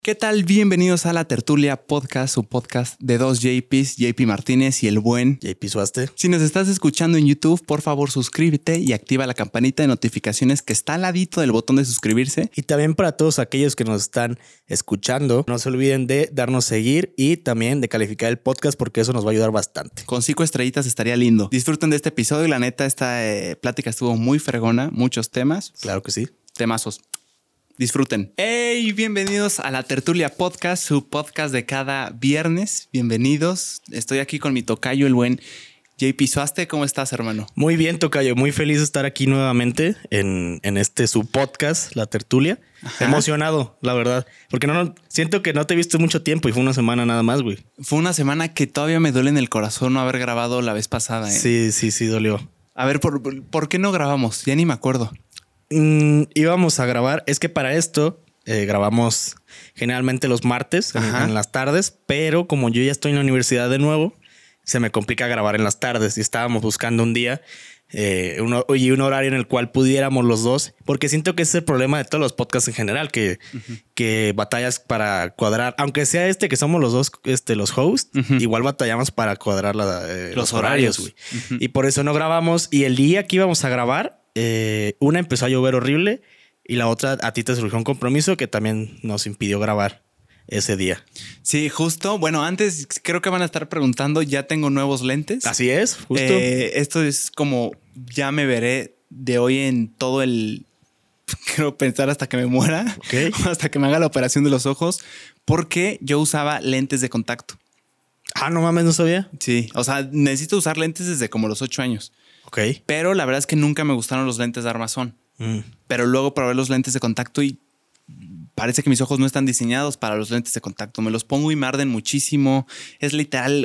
¿Qué tal? Bienvenidos a La Tertulia Podcast, su podcast de dos JPs, JP Martínez y el buen JP Suaste. Si nos estás escuchando en YouTube, por favor suscríbete y activa la campanita de notificaciones que está al ladito del botón de suscribirse. Y también para todos aquellos que nos están escuchando, no se olviden de darnos seguir y también de calificar el podcast porque eso nos va a ayudar bastante. Con 5 estrellitas estaría lindo. Disfruten de este episodio y la neta esta plática estuvo muy fregona, muchos temas. Claro que sí. Temazos. Disfruten. ¡Hey! Bienvenidos a La Tertulia Podcast, su podcast de cada viernes. Bienvenidos. Estoy aquí con mi tocayo, el buen JP Suaste. ¿Cómo estás, hermano? Muy bien, tocayo. Muy feliz de estar aquí nuevamente en este su podcast, La Tertulia. Ajá. Emocionado, la verdad. Porque siento que no te he visto mucho tiempo y fue una semana nada más, güey. Fue una semana que todavía me duele en el corazón no haber grabado la vez pasada. Sí, dolió. A ver, ¿por qué no grabamos? Ya ni me acuerdo. Íbamos a grabar, es que para esto grabamos generalmente los martes en las tardes, pero como yo ya estoy en la universidad de nuevo, se me complica grabar en las tardes y estábamos buscando un día y un horario en el cual pudiéramos los dos, porque siento que ese es el problema de todos los podcasts en general, que batallas para cuadrar, aunque sea que somos los dos los hosts, igual batallamos para cuadrar los horarios, güey. Y por eso no grabamos, y el día que íbamos a grabar, una empezó a llover horrible y la otra a ti te surgió un compromiso que también nos impidió grabar ese día. Sí, justo. Bueno, antes creo que van a estar preguntando, ya tengo nuevos lentes. Así es, justo. Esto es como ya me veré de hoy en todo el... Quiero pensar hasta que me muera, hasta que me haga la operación de los ojos, porque yo usaba lentes de contacto. Ah, no mames, no sabía. Sí, o sea, necesito usar lentes desde como los 8 años. Ok. Pero la verdad es que nunca me gustaron los lentes de armazón. Pero luego probé los lentes de contacto y parece que mis ojos no están diseñados para los lentes de contacto. Me los pongo y me arden muchísimo. Es literal,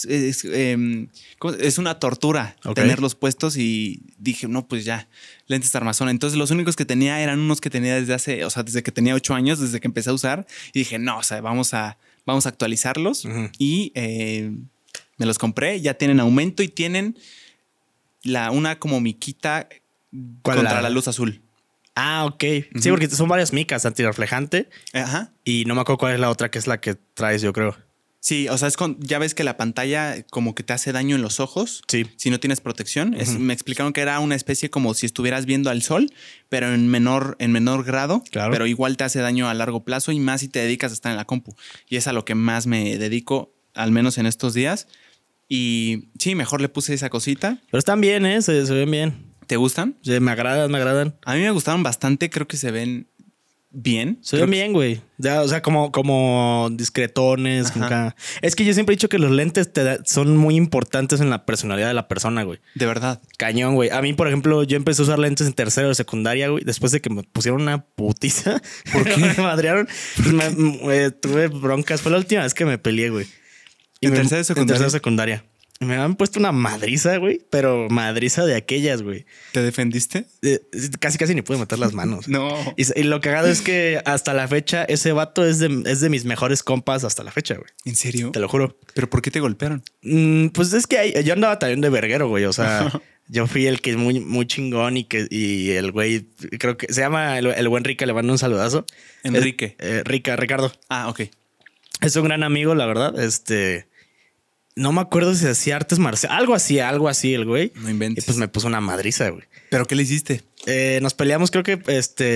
es una tortura tenerlos puestos y dije, no, pues ya, lentes de armazón. Entonces los únicos que tenía eran unos que tenía desde que tenía 8 años, desde que empecé a usar. Y dije, no, o sea, vamos a actualizarlos. Y me los compré, ya tienen aumento y tienen una como miquita contra la luz azul. Ah, ok. Sí, porque son varias micas, antirreflejante. Ajá. Y no me acuerdo cuál es la otra, que es la que traes, yo creo. Sí, o sea, ya ves que la pantalla como que te hace daño en los ojos. Sí. Si no tienes protección. Me explicaron que era una especie como si estuvieras viendo al sol, pero en menor grado. Claro. Pero igual te hace daño a largo plazo y más si te dedicas a estar en la compu. Y es a lo que más me dedico, al menos en estos días. Y sí, mejor le puse esa cosita. Pero están bien, se ven bien. ¿Te gustan? Sí, me agradan. A mí me gustaron bastante. Creo que se ven bien. Se ven bien, güey. O sea, como discretones. Es que yo siempre he dicho que los lentes son muy importantes en la personalidad de la persona, güey. De verdad. Cañón, güey. A mí, por ejemplo, yo empecé a usar lentes en tercero de secundaria, güey. Después de que me pusieron una putiza. ¿Por qué? Me madrearon. Tuve broncas. Fue la última vez que me peleé, güey. ¿En tercero de secundaria? Me han puesto una madriza, güey, pero madriza de aquellas, güey. ¿Te defendiste? Casi ni pude meter las manos. No. Y lo cagado es que hasta la fecha ese vato es de mis mejores compas hasta la fecha, güey. ¿En serio? Te lo juro. ¿Pero por qué te golpearon? Pues es que yo andaba también de verguero, güey. O sea, yo fui el que es muy, muy chingón y el güey, creo que se llama el buen Rica, le mando un saludazo. Enrique. Ricardo. Ah, ok. Es un gran amigo, la verdad. No me acuerdo si hacía artes marciales. Algo así el güey. No inventes. Y pues me puso una madriza, güey. ¿Pero qué le hiciste? Nos peleamos, creo que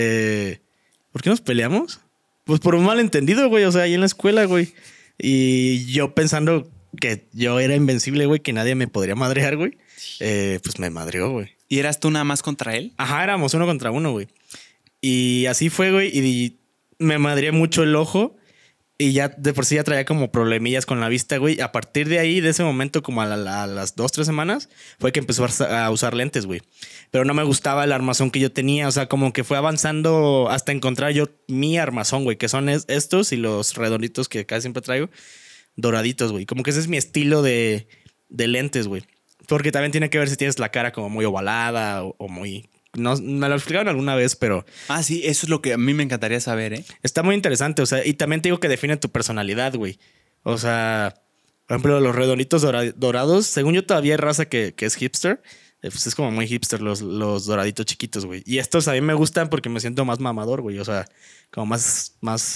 ¿por qué nos peleamos? Pues por un malentendido, güey. O sea, ahí en la escuela, güey. Y yo pensando que yo era invencible, güey, que nadie me podría madrear, güey. Pues me madreó, güey. ¿Y eras tú nada más contra él? Ajá, éramos 1 contra 1, güey. Y así fue, güey. Y me madreé mucho el ojo. Y ya de por sí ya traía como problemillas con la vista, güey. A partir de ahí, de ese momento, como a las 2-3 semanas, fue que empezó a usar lentes, güey. Pero no me gustaba el armazón que yo tenía. O sea, como que fue avanzando hasta encontrar yo mi armazón, güey. Que son estos y los redonditos que casi siempre traigo. Doraditos, güey. Como que ese es mi estilo de lentes, güey. Porque también tiene que ver si tienes la cara como muy ovalada o muy... No, me lo explicaron alguna vez, pero... Ah, sí, eso es lo que a mí me encantaría saber, ¿eh? Está muy interesante, o sea, y también te digo que define tu personalidad, güey. O sea, por ejemplo, los redonditos dorados, según yo todavía hay raza que es hipster. Pues es como muy hipster los doraditos chiquitos, güey. Y estos a mí me gustan porque me siento más mamador, güey. O sea, como más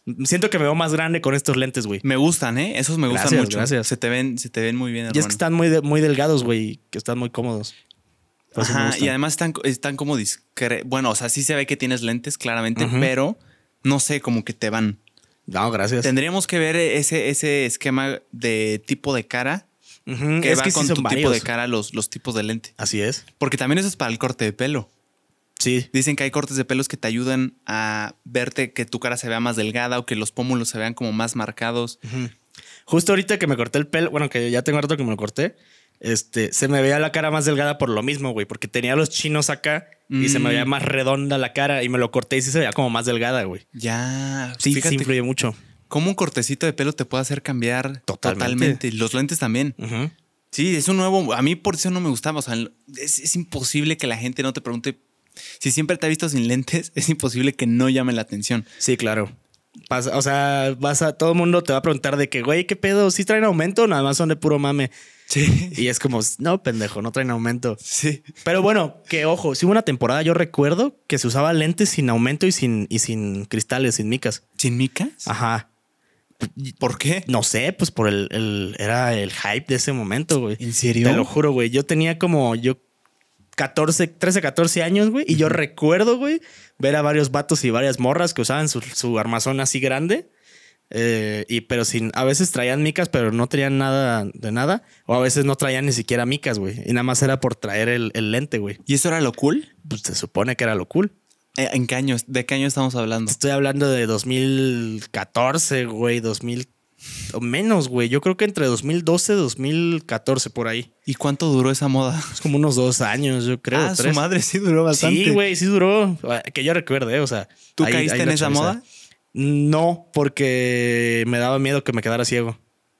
Siento que me veo más grande con estos lentes, güey. Me gustan, ¿eh? Esos me gustan mucho. Gracias. Se te ven muy bien, hermano. Y es que están muy delgados, güey, que están muy cómodos. Ajá, y además están como bueno, o sea, sí se ve que tienes lentes, claramente, pero no sé, como que te van. No, gracias. Tendríamos que ver ese esquema de tipo de cara que es va que con sí tu varios. tipo de cara, los tipos de lente. Así es. Porque también eso es para el corte de pelo. Sí. Dicen que hay cortes de pelos que te ayudan a verte que tu cara se vea más delgada o que los pómulos se vean como más marcados. Justo ahorita que me corté el pelo, bueno, que ya tengo rato que me lo corté, se me veía la cara más delgada por lo mismo, güey, porque tenía los chinos acá y se me veía más redonda la cara y me lo corté y sí se veía como más delgada, güey. Ya. Sí, fíjate, sí influye mucho. Cómo un cortecito de pelo te puede hacer cambiar totalmente. Los lentes también. Sí, es un nuevo. A mí por eso no me gustaba. O sea, es imposible que la gente no te pregunte. Si siempre te ha visto sin lentes, es imposible que no llame la atención. Sí, claro. O sea, todo el mundo te va a preguntar de que, güey, ¿qué pedo? ¿Sí traen aumento o nada más son de puro mame? Sí. Y es como, no, pendejo, no traen aumento. Sí. Pero bueno, que ojo, sí hubo una temporada, yo recuerdo que se usaba lentes sin aumento y sin cristales, sin micas. ¿Sin micas? Ajá. ¿Por qué? No sé, pues por era el hype de ese momento, güey. ¿En serio? Te lo juro, güey. Yo tenía como 13, 14 años, güey. Y yo recuerdo, güey, ver a varios vatos y varias morras que usaban su armazón así grande. Pero a veces traían micas, pero no traían nada de nada. O a veces no traían ni siquiera micas, güey. Y nada más era por traer el lente, güey. ¿Y eso era lo cool? Pues se supone que era lo cool. ¿En qué años? ¿De qué año estamos hablando? Estoy hablando de 2014, güey, 2000 o menos, güey. Yo creo que entre 2012 y 2014 por ahí. ¿Y cuánto duró esa moda? Es como unos 2 años, yo creo. 3. Su madre sí duró bastante. Sí, güey, sí duró. Que yo recuerde, o sea. ¿Tú caíste en esa moda? No, porque me daba miedo que me quedara ciego.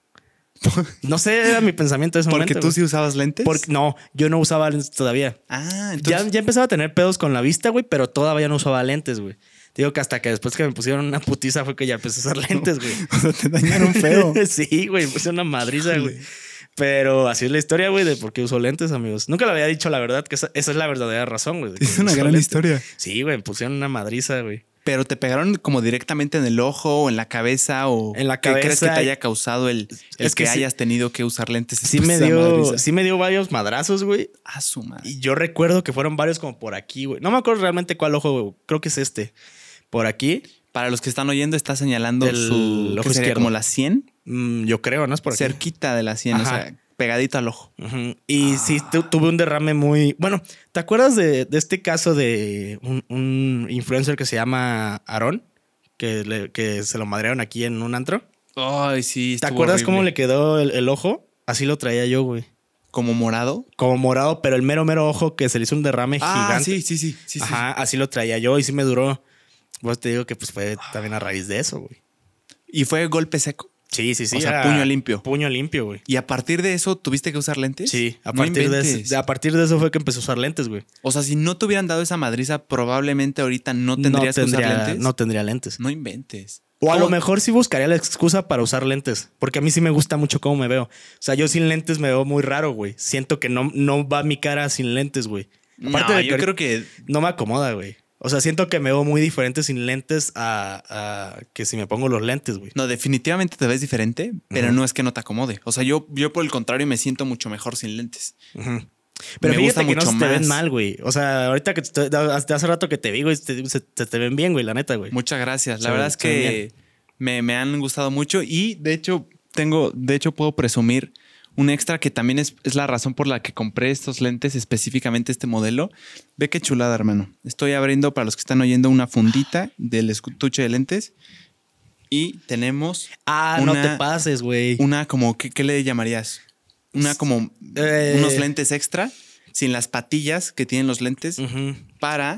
No sé, era mi pensamiento de ese momento. ¿Porque tú sí usabas lentes? No, yo no usaba lentes todavía. Entonces... Ya empezaba a tener pedos con la vista, güey, pero todavía no usaba lentes, güey. Digo que hasta que después que me pusieron una putiza fue que ya empecé a usar lentes, güey. O sea, te dañaron feo. Sí, güey, me puse una madriza, güey. Pero así es la historia, güey, de por qué uso lentes, amigos. Nunca le había dicho la verdad, que esa es la verdadera razón, güey. Es una gran historia. Sí, güey, me pusieron una madriza, güey. ¿Pero te pegaron como directamente en el ojo o en la cabeza? ¿O en la cabeza? ¿Qué crees que te haya causado el que hayas tenido que usar lentes? Sí me dio varios madrazos, güey. Su madre. Y yo recuerdo que fueron varios como por aquí, güey. No me acuerdo realmente cuál ojo, güey. Creo que es por aquí. Para los que están oyendo, está señalando su ojo izquierdo. ¿Como la 100? Yo creo, ¿no? Es por aquí. Cerquita de la 100, o sea, pegadito al ojo. Y sí, tuve un derrame muy... Bueno, ¿te acuerdas de este caso de un influencer que se llama Aarón? Que se lo madrearon aquí en un antro. Ay, sí. ¿Te acuerdas horrible cómo le quedó el ojo? Así lo traía yo, güey. ¿Como morado? Como morado, pero el mero ojo que se le hizo un derrame gigante. Sí. Ajá, así lo traía yo y sí me duró. Pues te digo que pues fue también a raíz de eso, güey. ¿Y fue golpe seco? Sí. O sea, puño limpio. Puño limpio, güey. ¿Y a partir de eso tuviste que usar lentes? Sí, a partir de eso fue que empecé a usar lentes, güey. O sea, si no te hubieran dado esa madriza, probablemente ahorita no tendrías que usar lentes. No tendría lentes. No inventes. O a lo mejor sí buscaría la excusa para usar lentes. Porque a mí sí me gusta mucho cómo me veo. O sea, yo sin lentes me veo muy raro, güey. Siento que no va mi cara sin lentes, güey. Aparte de que yo creo que... No me acomoda, güey. O sea, siento que me veo muy diferente sin lentes a que si me pongo los lentes, güey. No, definitivamente te ves diferente, pero no es que no te acomode. O sea, yo por el contrario me siento mucho mejor sin lentes. Pero me fíjate que no se te ven mal, güey. O sea, ahorita que hace rato que te vi, güey, se te ven bien, güey, la neta, güey. Muchas gracias. La verdad es que me han gustado mucho y de hecho puedo presumir un extra que también es la razón por la que compré estos lentes, específicamente este modelo. Ve qué chulada, hermano. Estoy abriendo, para los que están oyendo, una fundita del estuche de lentes. Y tenemos... no te pases, güey. Una como... ¿Qué le llamarías? Una como... unos lentes extra, sin las patillas que tienen los lentes, para...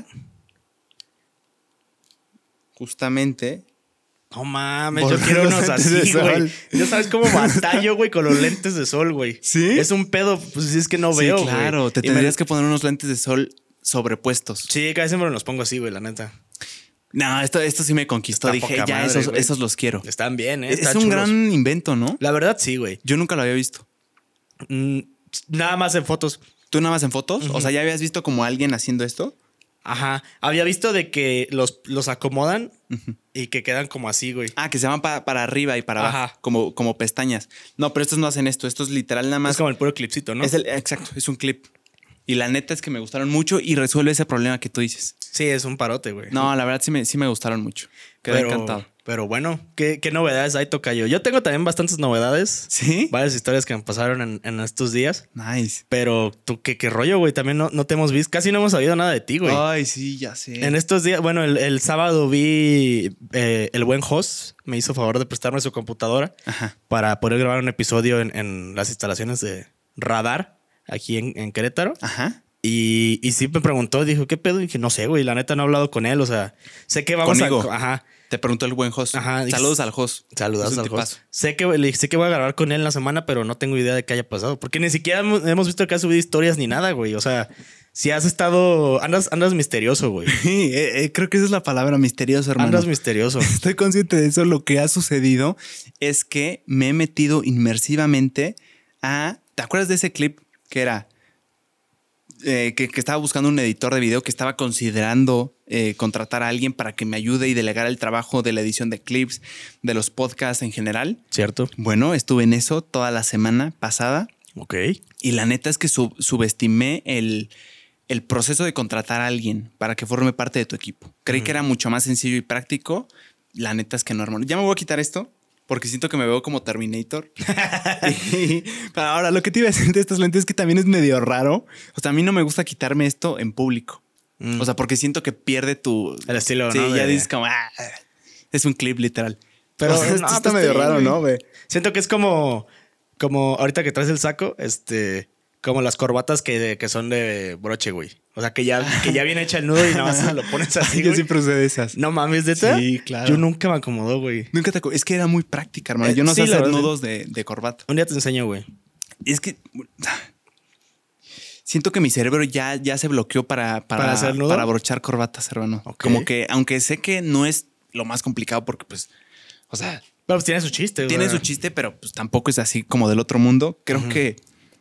justamente... No mames, yo quiero unos así, güey. Ya sabes cómo batallo, güey, con los lentes de sol, güey. ¿Sí? Es un pedo, pues si es que no veo, güey. Claro, te tendrías que poner unos lentes de sol sobrepuestos. Sí, cada vez siempre los pongo así, güey, la neta. No, esto sí me conquistó. Dije, ya, madre, esos los quiero. Están bien, ¿eh? Es un gran invento, ¿no? La verdad, sí, güey. Yo nunca lo había visto. Nada más en fotos. ¿Tú nada más en fotos? O sea, ¿ya habías visto como alguien haciendo esto? Ajá. Había visto de que los acomodan y que quedan como así, güey. Ah, que se van para arriba y para abajo, como pestañas. No, pero estos no hacen esto. Esto es literal nada más. Es como el puro clipcito, ¿no? Exacto, es un clip. Y la neta es que me gustaron mucho y resuelve ese problema que tú dices. Sí, es un parote, güey. No, la verdad sí me gustaron mucho. Quedé encantado. Pero bueno, ¿qué novedades hay, tocayo? Yo tengo también bastantes novedades. ¿Sí? Varias historias que me pasaron en estos días. Nice. Pero tú, ¿qué rollo, güey? También no te hemos visto. Casi no hemos sabido nada de ti, güey. Ay, sí, ya sé. En estos días, bueno, el sábado vi el buen host me hizo favor de prestarme su computadora para poder grabar un episodio en las instalaciones de Radar aquí en Querétaro. Ajá. Y sí me preguntó, dijo, ¿qué pedo? Y dije, no sé, güey, la neta no he hablado con él. O sea, sé que vamos ¿Conmigo? Ajá. Te preguntó el buen host. Ajá. Saludos al host. Saludos al host. Sé que voy a grabar con él en la semana, pero no tengo idea de qué haya pasado. Porque ni siquiera hemos visto que ha subido historias ni nada, güey. O sea, si has estado... Andas misterioso, güey. Sí, creo que esa es la palabra, misterioso, hermano. Andas misterioso. Estoy consciente de eso. Lo que ha sucedido es que me he metido inmersivamente a... ¿Te acuerdas de ese clip que era... que estaba buscando un editor de video, que estaba considerando contratar a alguien para que me ayude y delegar el trabajo de la edición de clips, de los podcasts en general? ¿Cierto? Bueno, estuve en eso toda la semana pasada. Ok. Y la neta es que subestimé el proceso de contratar a alguien para que forme parte de tu equipo. Creí que era mucho más sencillo y práctico. La neta es que no, hermano. Ya me voy a quitar esto porque siento que me veo como Terminator. Ahora, lo que te iba a decir de estos lentes es que también es medio raro. O sea, a mí no me gusta quitarme esto en público. O sea, porque siento que pierde el estilo, sí, ¿no? Ya dices como... es un clip literal. Pero o sea, esto está medio raro, ¿no, güey? Siento que es como ahorita que traes el saco, como las corbatas que son de broche, güey. O sea, que ya viene hecha el nudo y nada más lo pones así, Yo siempre usé de esas. No mames, ¿de esta? Sí, claro. Yo nunca me acomodó, güey. Nunca es que era muy práctica, hermano. Yo no sé hacer nudos de corbata. Un día te enseño, güey. Es que siento que mi cerebro ya se bloqueó para hacer nudo, para abrochar corbatas, hermano. Okay. Como que, aunque sé que no es lo más complicado porque, pues, o sea... Pero pues tiene su chiste, güey. Tiene su chiste, pero pues tampoco es así como del otro mundo. Creo que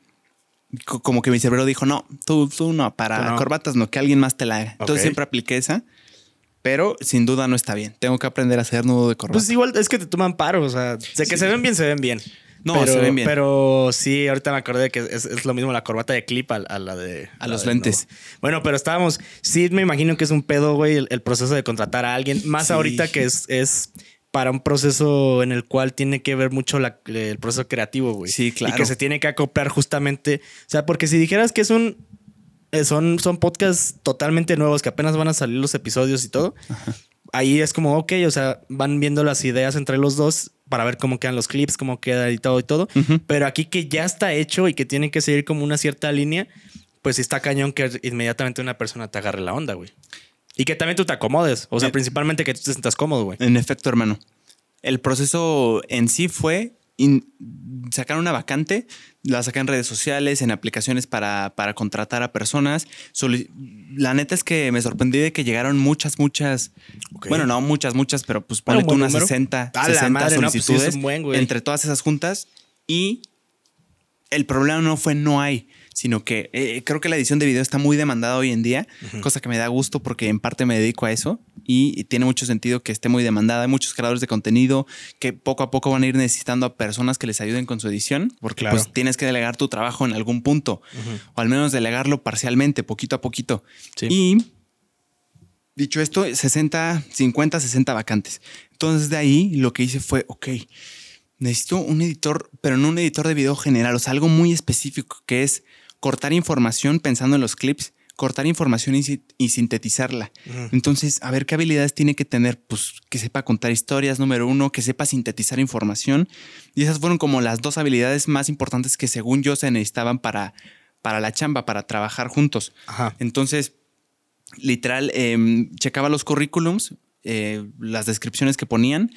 como que mi cerebro dijo, no, tú no, para corbatas no, que alguien más te la haga. Entonces siempre apliqué esa, pero sin duda no está bien. Tengo que aprender a hacer nudo de corbata. Pues igual es que te toman paro, o sea, que se ven bien, se ven bien. No, pero, se ven bien. Pero sí, ahorita me acordé de que es lo mismo la corbata de clip a la de... A los lentes. No. Bueno, pero estábamos... Sí, me imagino que es un pedo, güey, el proceso de contratar a alguien. Más ahorita que es para un proceso en el cual tiene que ver mucho el proceso creativo, güey. Sí, claro. Y que se tiene que acoplar justamente... O sea, porque si dijeras que son podcasts totalmente nuevos, que apenas van a salir los episodios y todo... Ajá. Ahí es como, ok, o sea, van viendo las ideas entre los dos para ver cómo quedan los clips, cómo queda editado y todo. Pero aquí que ya está hecho y que tiene que seguir como una cierta línea, pues está cañón que inmediatamente una persona te agarre la onda, güey. Y que también tú te acomodes. O sea, principalmente que tú te sientas cómodo, güey. En efecto, hermano. El proceso en sí fue sacar una vacante, la saqué en redes sociales, en aplicaciones para contratar a personas. La neta es que me sorprendí de que llegaron muchas. Okay. Bueno, no muchas, pero pues ponle tú unas 60 solicitudes, no, pues sí, es un buen, güey, entre todas esas juntas. Y el problema no hay, sino que creo que la edición de video está muy demandada hoy en día, cosa que me da gusto porque en parte me dedico a eso y tiene mucho sentido que esté muy demandada. Hay muchos creadores de contenido que poco a poco van a ir necesitando a personas que les ayuden con su edición, porque pues tienes que delegar tu trabajo en algún punto o al menos delegarlo parcialmente, poquito a poquito. Sí. Y dicho esto, 50, 60 vacantes. Entonces de ahí lo que hice fue, ok, necesito un editor, pero no un editor de video general, o sea, algo muy específico que es cortar información pensando en los clips, cortar información y sintetizarla. Entonces, a ver qué habilidades tiene que tener, pues que sepa contar historias, número uno, que sepa sintetizar información. Y esas fueron como las dos habilidades más importantes que según yo se necesitaban para la chamba, para trabajar juntos. Ajá. Entonces, literal, checaba los currículums, las descripciones que ponían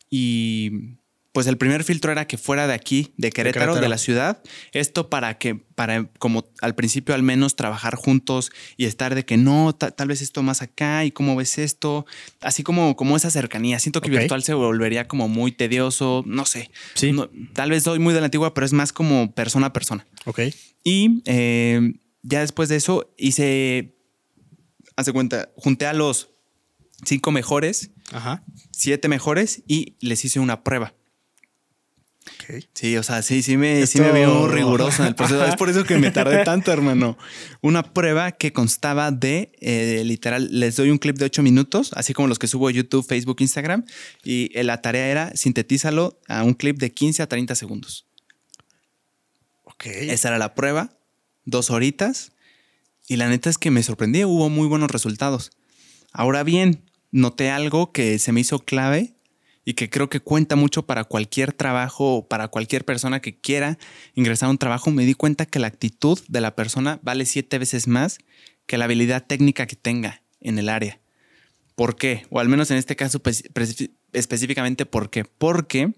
y... Pues el primer filtro era que fuera de aquí, de Querétaro, de la ciudad. Esto para como al principio al menos, trabajar juntos y estar de que no, tal vez esto más acá y cómo ves esto. Así como esa cercanía. Siento que virtual se volvería como muy tedioso, no sé. Sí. No, tal vez soy muy de la antigua, pero es más como persona a persona. Ok. Y ya después de eso hice Hace cuenta, junté a los 5 mejores, 7 mejores y les hice una prueba. Okay. Sí, o sea, sí me vio riguroso en el proceso. Es por eso que me tardé tanto, hermano. Una prueba que constaba de, literal, les doy un clip de 8 minutos, así como los que subo a YouTube, Facebook, Instagram. Y la tarea era sintetízalo a un clip de 15 a 30 segundos. Ok. Esa era la prueba, 2 horitas. Y la neta es que me sorprendí, hubo muy buenos resultados. Ahora bien, noté algo que se me hizo clave y que creo que cuenta mucho para cualquier trabajo o para cualquier persona que quiera ingresar a un trabajo. Me di cuenta que la actitud de la persona vale 7 veces más que la habilidad técnica que tenga en el área. ¿Por qué? O al menos en este caso específicamente, ¿por qué? Porque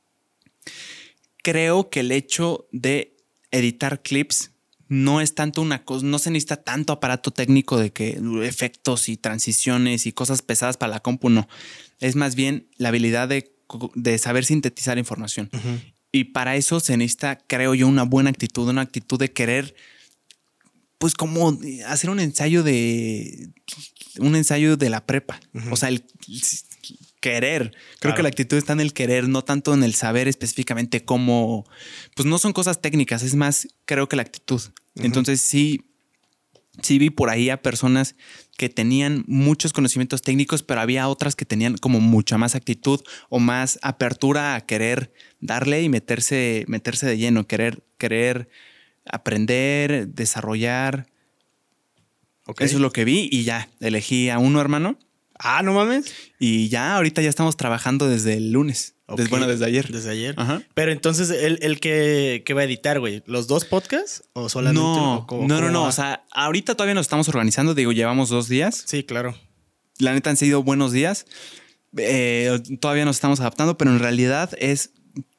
creo que el hecho de editar clips no es tanto una cosa, no se necesita tanto aparato técnico de que efectos y transiciones y cosas pesadas para la compu, no. Es más bien la habilidad de saber sintetizar información. Uh-huh. Y para eso se necesita, creo yo, una buena actitud, una actitud de querer, pues como hacer un ensayo de la prepa. Uh-huh. O sea, el querer. Creo que la actitud está en el querer, no tanto en el saber específicamente cómo. Pues no son cosas técnicas, es más, creo que la actitud. Uh-huh. Entonces sí vi por ahí a personas que tenían muchos conocimientos técnicos, pero había otras que tenían como mucha más actitud o más apertura a querer darle y meterse de lleno, querer aprender, desarrollar. Okay. Eso es lo que vi y ya elegí a uno, hermano. Ah, no mames. Y ya ahorita ya estamos trabajando desde el lunes. Okay. Desde ayer. Desde ayer. Ajá. Pero entonces, ¿el que va a editar, güey? ¿Los 2 podcasts o solamente? No. O sea, ahorita todavía nos estamos organizando. Digo, llevamos 2 días. Sí, claro. La neta han sido buenos días. Todavía nos estamos adaptando, pero en realidad él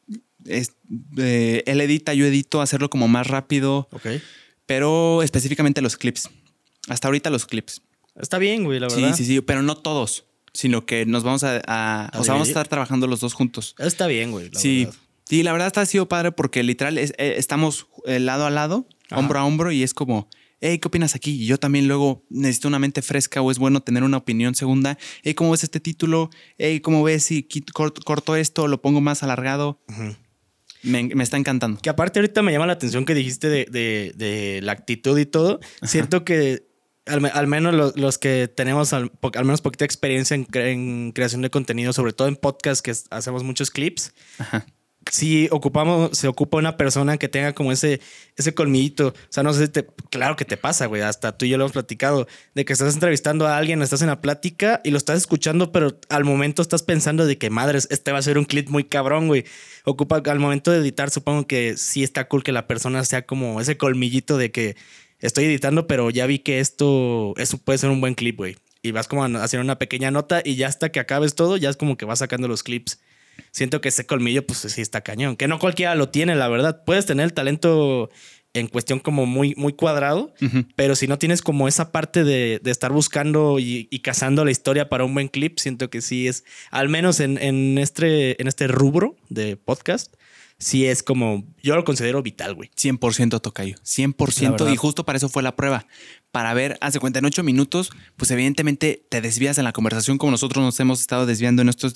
edita, yo edito, hacerlo como más rápido. Ok. Pero específicamente los clips. Hasta ahorita los clips. Está bien, güey, la verdad. Sí, pero no todos, sino que nos vamos o sea, vamos a estar trabajando los 2 juntos. Está bien, güey, la verdad. Sí, la verdad ha sido padre porque literal estamos lado a lado, hombro a hombro y es como, hey, ¿qué opinas aquí? Y yo también luego necesito una mente fresca o es bueno tener una opinión segunda. Hey, ¿cómo ves este título? Hey, ¿cómo ves si corto esto, lo pongo más alargado? Uh-huh. Me está encantando. Que aparte ahorita me llama la atención que dijiste de la actitud y todo. Ajá. Cierto que al menos los que tenemos al menos poquita experiencia en creación de contenido, sobre todo en podcast que hacemos muchos clips. Ajá. Sí se ocupa una persona que tenga como ese colmillito. O sea, no sé, claro que te pasa, güey. Hasta tú y yo lo hemos platicado. De que estás entrevistando a alguien, estás en la plática y lo estás escuchando, pero al momento estás pensando de que, madres, este va a ser un clip muy cabrón, güey. Al momento de editar, supongo que sí está cool que la persona sea como ese colmillito de que estoy editando, pero ya vi que eso puede ser un buen clip, güey. Y vas como a hacer una pequeña nota y ya hasta que acabes todo, ya es como que vas sacando los clips. Siento que ese colmillo, pues sí está cañón. Que no cualquiera lo tiene, la verdad. Puedes tener el talento en cuestión como muy, muy cuadrado, uh-huh. Pero si no tienes como esa parte de estar buscando y cazando la historia para un buen clip, siento que sí es, al menos en este rubro de podcast, sí es como, yo lo considero vital, güey. 100% tocayo, 100%. Y justo para eso fue la prueba. Para ver, hace cuenta, en 8 minutos, pues evidentemente te desvías en la conversación como nosotros nos hemos estado desviando en estos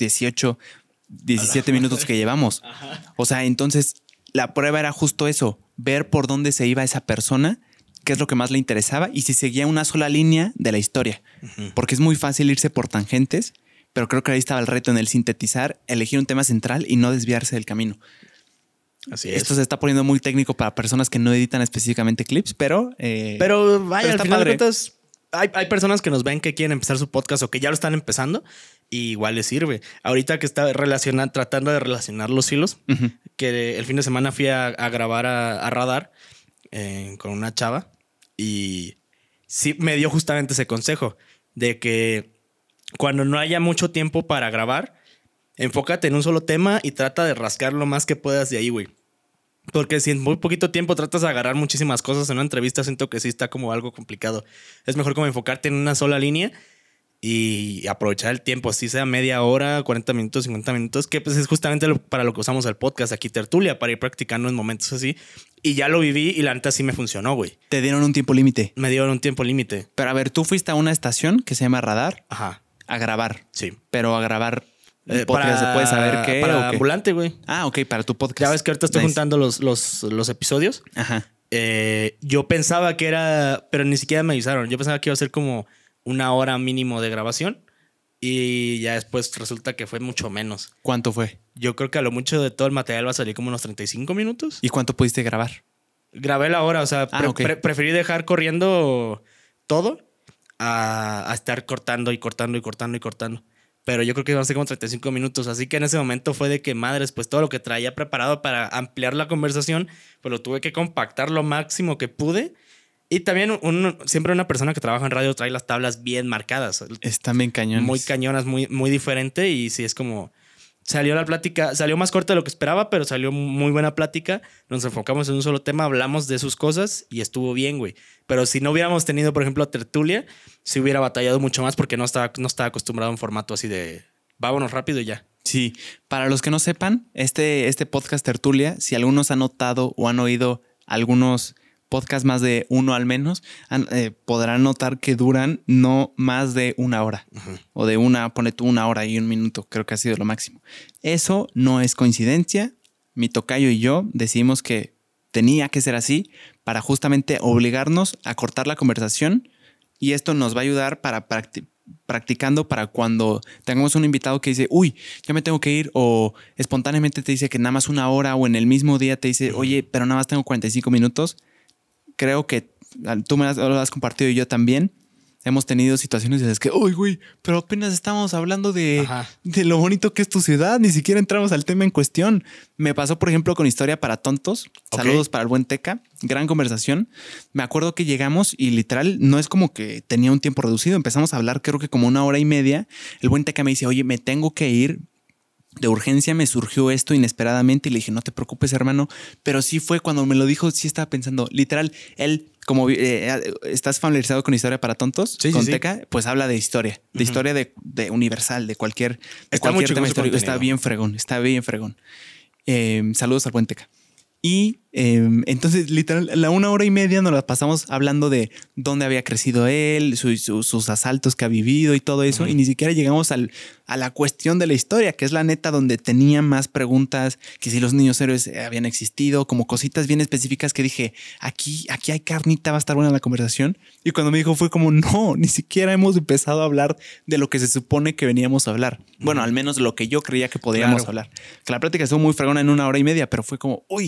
17 minutos que llevamos. Ajá. O sea, entonces la prueba era justo eso, ver por dónde se iba esa persona, qué es lo que más le interesaba y si seguía una sola línea de la historia. Uh-huh. Porque es muy fácil irse por tangentes, pero creo que ahí estaba el reto en el sintetizar, elegir un tema central y no desviarse del camino. Así es. Esto se está poniendo muy técnico para personas que no editan específicamente clips, pero vaya, al final de cuentas, hay personas que nos ven que quieren empezar su podcast o que ya lo están empezando y igual les sirve. Ahorita que está tratando de relacionar los hilos, uh-huh. Que el fin de semana fui a grabar a Radar con una chava y sí me dio justamente ese consejo de que cuando no haya mucho tiempo para grabar, enfócate en un solo tema y trata de rascar lo más que puedas de ahí, güey. Porque si en muy poquito tiempo tratas de agarrar muchísimas cosas en una entrevista, siento que sí está como algo complicado. Es mejor como enfocarte en una sola línea y aprovechar el tiempo, así sea media hora, 40 minutos, 50 minutos, que pues es justamente para lo que usamos el podcast aquí, Tertulia, para ir practicando en momentos así. Y ya lo viví y la neta sí me funcionó, güey. ¿Te dieron un tiempo límite? Me dieron un tiempo límite. Pero a ver, tú fuiste a una estación que se llama Radar. Ajá. A grabar. Sí. Pero a grabar podcast, ¿se puede saber qué? Para ambulante, güey. Ah, ok, para tu podcast. Ya ves que ahorita estoy juntando los episodios. Ajá. Yo pensaba que era, pero ni siquiera me avisaron. Yo pensaba que iba a ser como 1 hora mínimo de grabación y ya después resulta que fue mucho menos. ¿Cuánto fue? Yo creo que a lo mucho de todo el material va a salir como unos 35 minutos. ¿Y cuánto pudiste grabar? Grabé la hora, o sea, preferí dejar corriendo todo a estar cortando y cortando y cortando y cortando. Pero yo creo que iban a ser como 35 minutos. Así que en ese momento fue de que, madres, pues todo lo que traía preparado para ampliar la conversación, pues lo tuve que compactar lo máximo que pude. Y también siempre una persona que trabaja en radio trae las tablas bien marcadas. Están bien cañones. Muy cañonas, muy, muy diferente. Y sí, es como... Salió la plática, salió más corta de lo que esperaba, pero salió muy buena plática. Nos enfocamos en un solo tema, hablamos de sus cosas y estuvo bien, güey. Pero si no hubiéramos tenido, por ejemplo, Tertulia, sí hubiera batallado mucho más porque no estaba acostumbrado a un formato así de vámonos rápido y ya. Sí, para los que no sepan, este podcast Tertulia, si algunos han notado o han oído algunos podcasts más de uno al menos, podrán notar que duran no más de 1 hora. Uh-huh. O de ponle tú 1 hora y 1 minuto, creo que ha sido lo máximo. Eso no es coincidencia. Mi tocayo y yo decidimos que tenía que ser así para justamente obligarnos a cortar la conversación y esto nos va a ayudar para practicando para cuando tengamos un invitado que dice, uy, ya me tengo que ir, o espontáneamente te dice que nada más 1 hora, o en el mismo día te dice, oye, pero nada más tengo 45 minutos. Creo que tú me lo has compartido y yo también. Hemos tenido situaciones en las que, uy, güey, pero apenas estábamos hablando de lo bonito que es tu ciudad. Ni siquiera entramos al tema en cuestión. Me pasó, por ejemplo, con Historia para Tontos. Okay. Saludos para el buen Teca. Gran conversación. Me acuerdo que llegamos y literal no es como que tenía un tiempo reducido. Empezamos a hablar creo que como 1 hora y media. El buen Teca me dice, oye, me tengo que ir. De urgencia me surgió esto inesperadamente y le dije, no te preocupes, hermano. Pero sí fue cuando me lo dijo, sí estaba pensando. Literal, él, como estás familiarizado con Historia para Tontos, sí, con Teca, pues habla de historia. De historia de universal, de cualquier tema histórico. Está bien fregón, saludos al buen Teca. Y entonces, literal, la 1 hora y media nos la pasamos hablando de dónde había crecido él, sus asaltos que ha vivido y todo eso. Uh-huh. Y ni siquiera llegamos a la cuestión de la historia, que es la neta donde tenía más preguntas, que si los niños héroes habían existido, como cositas bien específicas que dije, aquí hay carnita, va a estar buena la conversación. Y cuando me dijo fue como, no, ni siquiera hemos empezado a hablar de lo que se supone que veníamos a hablar. Uh-huh. Bueno, al menos lo que yo creía que podíamos hablar. Que la plática estuvo muy fregona en 1 hora y media, pero fue como, uy.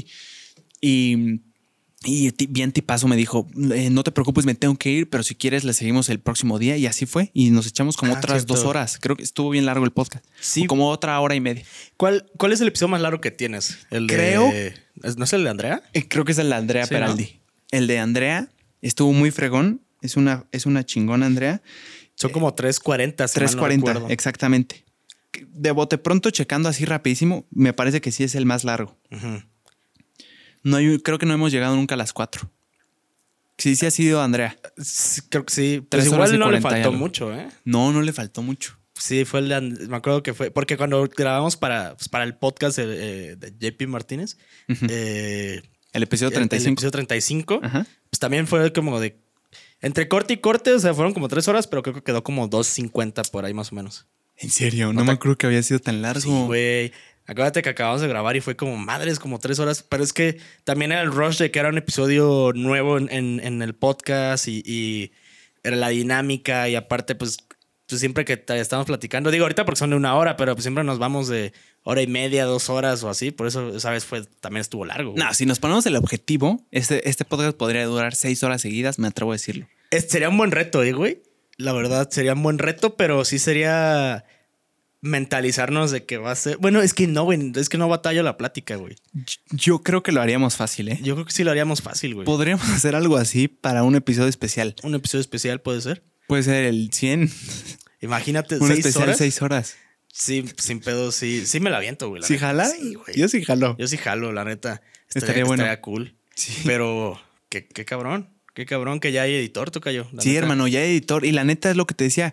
Y bien tipazo me dijo, no te preocupes, me tengo que ir, pero si quieres le seguimos el próximo día. Y así fue. Y nos echamos como otras 2 horas. Creo que estuvo bien largo el podcast. Sí. Como otra hora y media. ¿Cuál es el episodio más largo que tienes? ¿No es el de Andrea? Creo que es el de Andrea Peraldi. ¿No? El de Andrea estuvo muy fregón. Es una chingona, Andrea. Son como 3:40. 3:40, no exactamente. De bote pronto, checando así rapidísimo, me parece que sí es el más largo. Uh-huh. Creo que no hemos llegado nunca a las 4. Sí ha sido Andrea. Sí, creo que sí. Pero igual no le faltó mucho, ¿eh? No le faltó mucho. Sí, fue me acuerdo que fue... Porque cuando grabamos para el podcast de JP Martínez... Uh-huh. El episodio 35. El episodio 35. Uh-huh. Pues también fue como de... Entre corte y corte, o sea, fueron como 3 horas, pero creo que quedó como 2:50 por ahí más o menos. ¿En serio? No me acuerdo que había sido tan largo. Sí, güey. Acuérdate que acabamos de grabar y fue como madres, como 3 horas. Pero es que también era el rush de que era un episodio nuevo en el podcast y era la dinámica. Y aparte, pues siempre que estamos platicando, digo ahorita porque son de 1 hora, pero pues siempre nos vamos de 1:30, 2 horas o así. Por eso esa vez también estuvo largo. No, si nos ponemos el objetivo, este podcast podría durar 6 horas seguidas, me atrevo a decirlo. Sería un buen reto, güey. La verdad, sería un buen reto, pero sí sería... mentalizarnos de que va a ser... Bueno, es que no, güey. Es que no batallo la plática, güey. Yo creo que lo haríamos fácil, ¿eh? Yo creo que sí lo haríamos fácil, güey. Podríamos hacer algo así para un episodio especial. ¿Un episodio especial puede ser? Puede ser el 100. Imagínate, un 6 especial horas. 6 horas. Sí, sin pedo, sí me la aviento, güey. ¿Sí jala? Sí, güey. Yo sí jalo. Yo sí jalo, la neta. Estaría bueno. Estaría cool. Sí. Pero qué cabrón. Qué cabrón que ya hay editor, tocayo. Sí, neta. Hermano, ya hay editor. Y la neta es lo que te decía.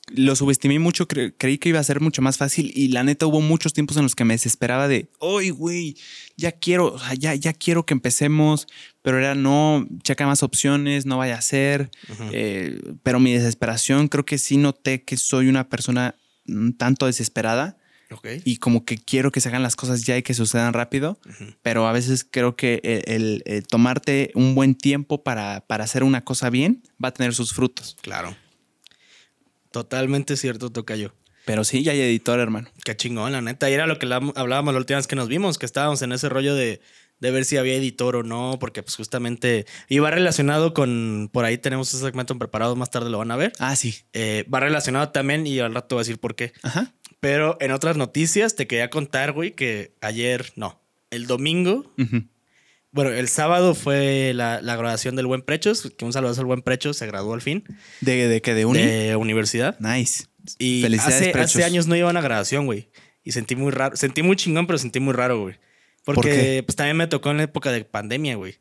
lo subestimé mucho, creí que iba a ser mucho más fácil y la neta hubo muchos tiempos en los que me desesperaba de, ¡ay, güey! Ya quiero, o sea, ya quiero que empecemos, pero era no, checa más opciones, no vaya a ser. Pero mi desesperación, creo que sí noté que soy una persona un tanto desesperada. Okay. Y como que quiero que se hagan las cosas ya y que sucedan rápido, pero a veces creo que el tomarte un buen tiempo para hacer una cosa bien va a tener sus frutos. Claro. Totalmente cierto, tocayo. Pero sí, ya hay editor, hermano. Qué chingón, la neta. Y era lo que hablábamos la última vez que nos vimos, que estábamos en ese rollo de ver si había editor o no, porque pues justamente iba relacionado con, por ahí tenemos ese segmento preparado, más tarde lo van a ver. Ah, sí. Va relacionado también y al rato voy a decir por qué. Ajá. Pero en otras noticias te quería contar, güey, que el domingo, bueno, el sábado fue la graduación del Buen Prechos, que un saludo al Buen Prechos, se graduó al fin. ¿De qué? ¿De uni? De universidad. Nice. Y felicidades, hace años no iba a una graduación, güey. Y sentí muy raro, sentí muy chingón, pero sentí muy raro, güey. Porque ¿Por qué? Pues también me tocó en la época de pandemia, güey.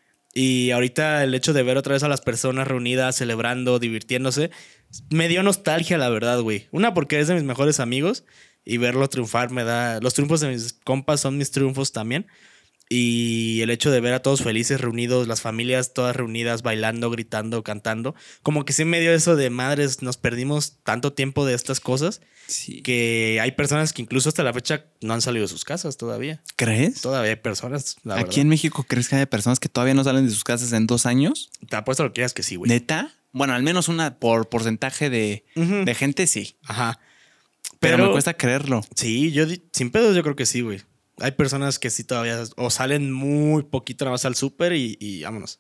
Y ahorita el hecho de ver otra vez a las personas reunidas, celebrando, divirtiéndose, me dio nostalgia, la verdad, güey. Una, porque es de mis mejores amigos y verlo triunfar me da... Los triunfos de mis compas son mis triunfos también. Y el hecho de ver a todos felices, reunidos, las familias todas reunidas, bailando, gritando, cantando, como que sí me dio eso de madres, nos perdimos tanto tiempo de estas cosas, sí, que hay personas que incluso hasta la fecha no han salido de sus casas todavía. ¿Crees? Todavía hay personas, la verdad. ¿Aquí en México crees que hay personas que todavía no salen de sus casas en 2 años? Te apuesto lo que quieras que sí, güey. ¿Neta? Bueno, al menos una por porcentaje de gente, sí. Ajá. Pero me cuesta creerlo. Sí, sin pedos yo creo que sí, güey. Hay personas que sí todavía o salen muy poquito nada más al súper y vámonos.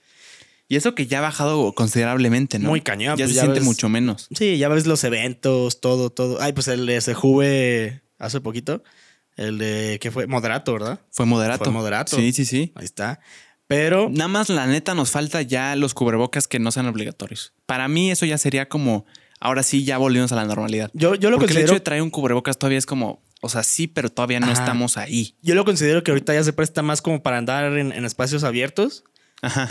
Y eso que ya ha bajado considerablemente, ¿no? Muy cañón. Ya pues se siente mucho menos. Sí, ya ves los eventos, todo. Ay, pues el de Sejuve hace poquito. El de, ¿qué fue? Moderato, ¿verdad? Fue Moderato. Fue Moderato. Sí. Ahí está. Pero... Nada más, la neta, nos falta ya los cubrebocas que no sean obligatorios. Para mí eso ya sería como... Ahora sí, ya volvimos a la normalidad. Yo lo Porque considero... el hecho de traer un cubrebocas todavía es como... O sea, sí, pero todavía no estamos ahí. Yo lo considero que ahorita ya se presta más como para andar en espacios abiertos. Ajá.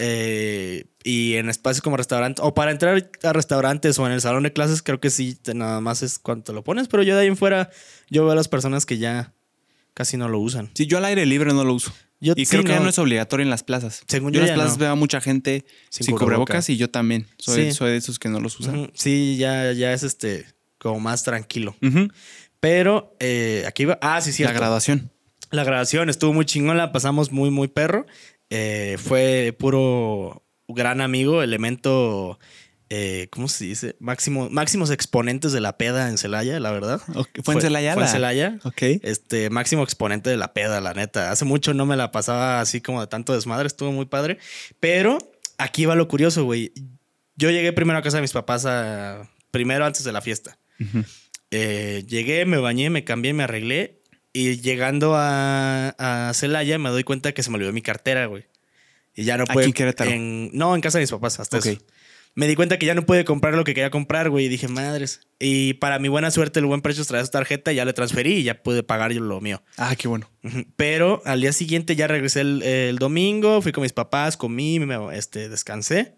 Y en espacios como restaurantes. O para entrar a restaurantes o en el salón de clases, creo que sí, nada más es cuando te lo pones. Pero yo de ahí en fuera, yo veo a las personas que ya casi no lo usan. Sí, yo al aire libre no lo uso. Y creo que ya no es obligatorio en las plazas. Según yo en las plazas veo a mucha gente sin cubrebocas y yo también. Soy de esos que no los usan. Sí, ya es como más tranquilo. Pero aquí va. Ah, sí, cierto. La graduación. La graduación estuvo muy chingón, la pasamos muy, muy perro. Fue puro gran amigo, elemento, ¿cómo se dice? Máximos exponentes de la peda en Celaya, la verdad. Okay. ¿Fue en Celaya? Fue en Celaya. Ok. Máximo exponente de la peda, la neta. Hace mucho no me la pasaba así como de tanto desmadre, estuvo muy padre. Pero aquí va lo curioso, güey. Yo llegué primero a casa de mis papás, primero antes de la fiesta. Llegué, me bañé, me cambié, me arreglé. Y llegando a Celaya me doy cuenta que se me olvidó mi cartera, güey. Y ya no pude... ¿Aquí en Querétaro? No, en casa de mis papás, hasta eso. Me di cuenta que ya no pude comprar lo que quería comprar, güey. Y dije, madres. Y para mi buena suerte, el Buen Precio traía su tarjeta y ya le transferí y ya pude pagar yo lo mío. Ah, qué bueno. Pero al día siguiente ya regresé el domingo, fui con mis papás, comí, descansé.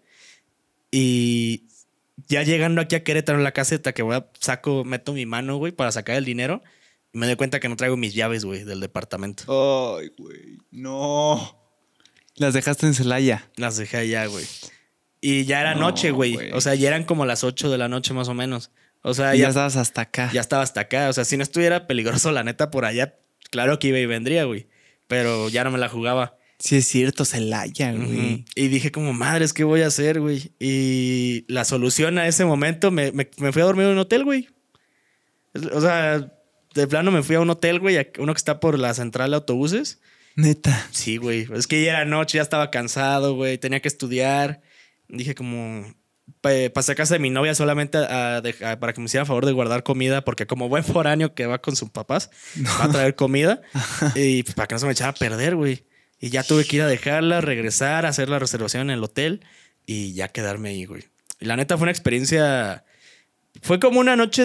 Y ya llegando aquí a Querétaro en la caseta, que meto mi mano, güey, para sacar el dinero. Y me doy cuenta que no traigo mis llaves, güey, del departamento. Ay, güey. No. Las dejaste en Celaya. Las dejé allá, güey. Y ya era noche, güey. O sea, ya eran como las 8 de la noche más o menos. O sea, ya estabas hasta acá. Ya estaba hasta acá. O sea, si no estuviera peligroso, la neta, por allá, claro que iba y vendría, güey. Pero ya no me la jugaba. Sí, es cierto, Celaya, güey. Y dije como, madres, ¿qué voy a hacer, güey? Y la solución a ese momento, me fui a dormir en un hotel, güey. O sea... De plano me fui a un hotel, güey, uno que está por la central de autobuses. ¿Neta? Sí, güey. Es que ya era noche, ya estaba cansado, güey. Tenía que estudiar. Dije como... Pasé a casa de mi novia solamente para que me hiciera favor de guardar comida, porque como buen foráneo que va con sus papás, va a traer comida. Y pues, para que no se me echara a perder, güey. Y ya tuve que ir a dejarla, regresar, hacer la reservación en el hotel y ya quedarme ahí, güey. Y la neta fue una experiencia... Fue como una noche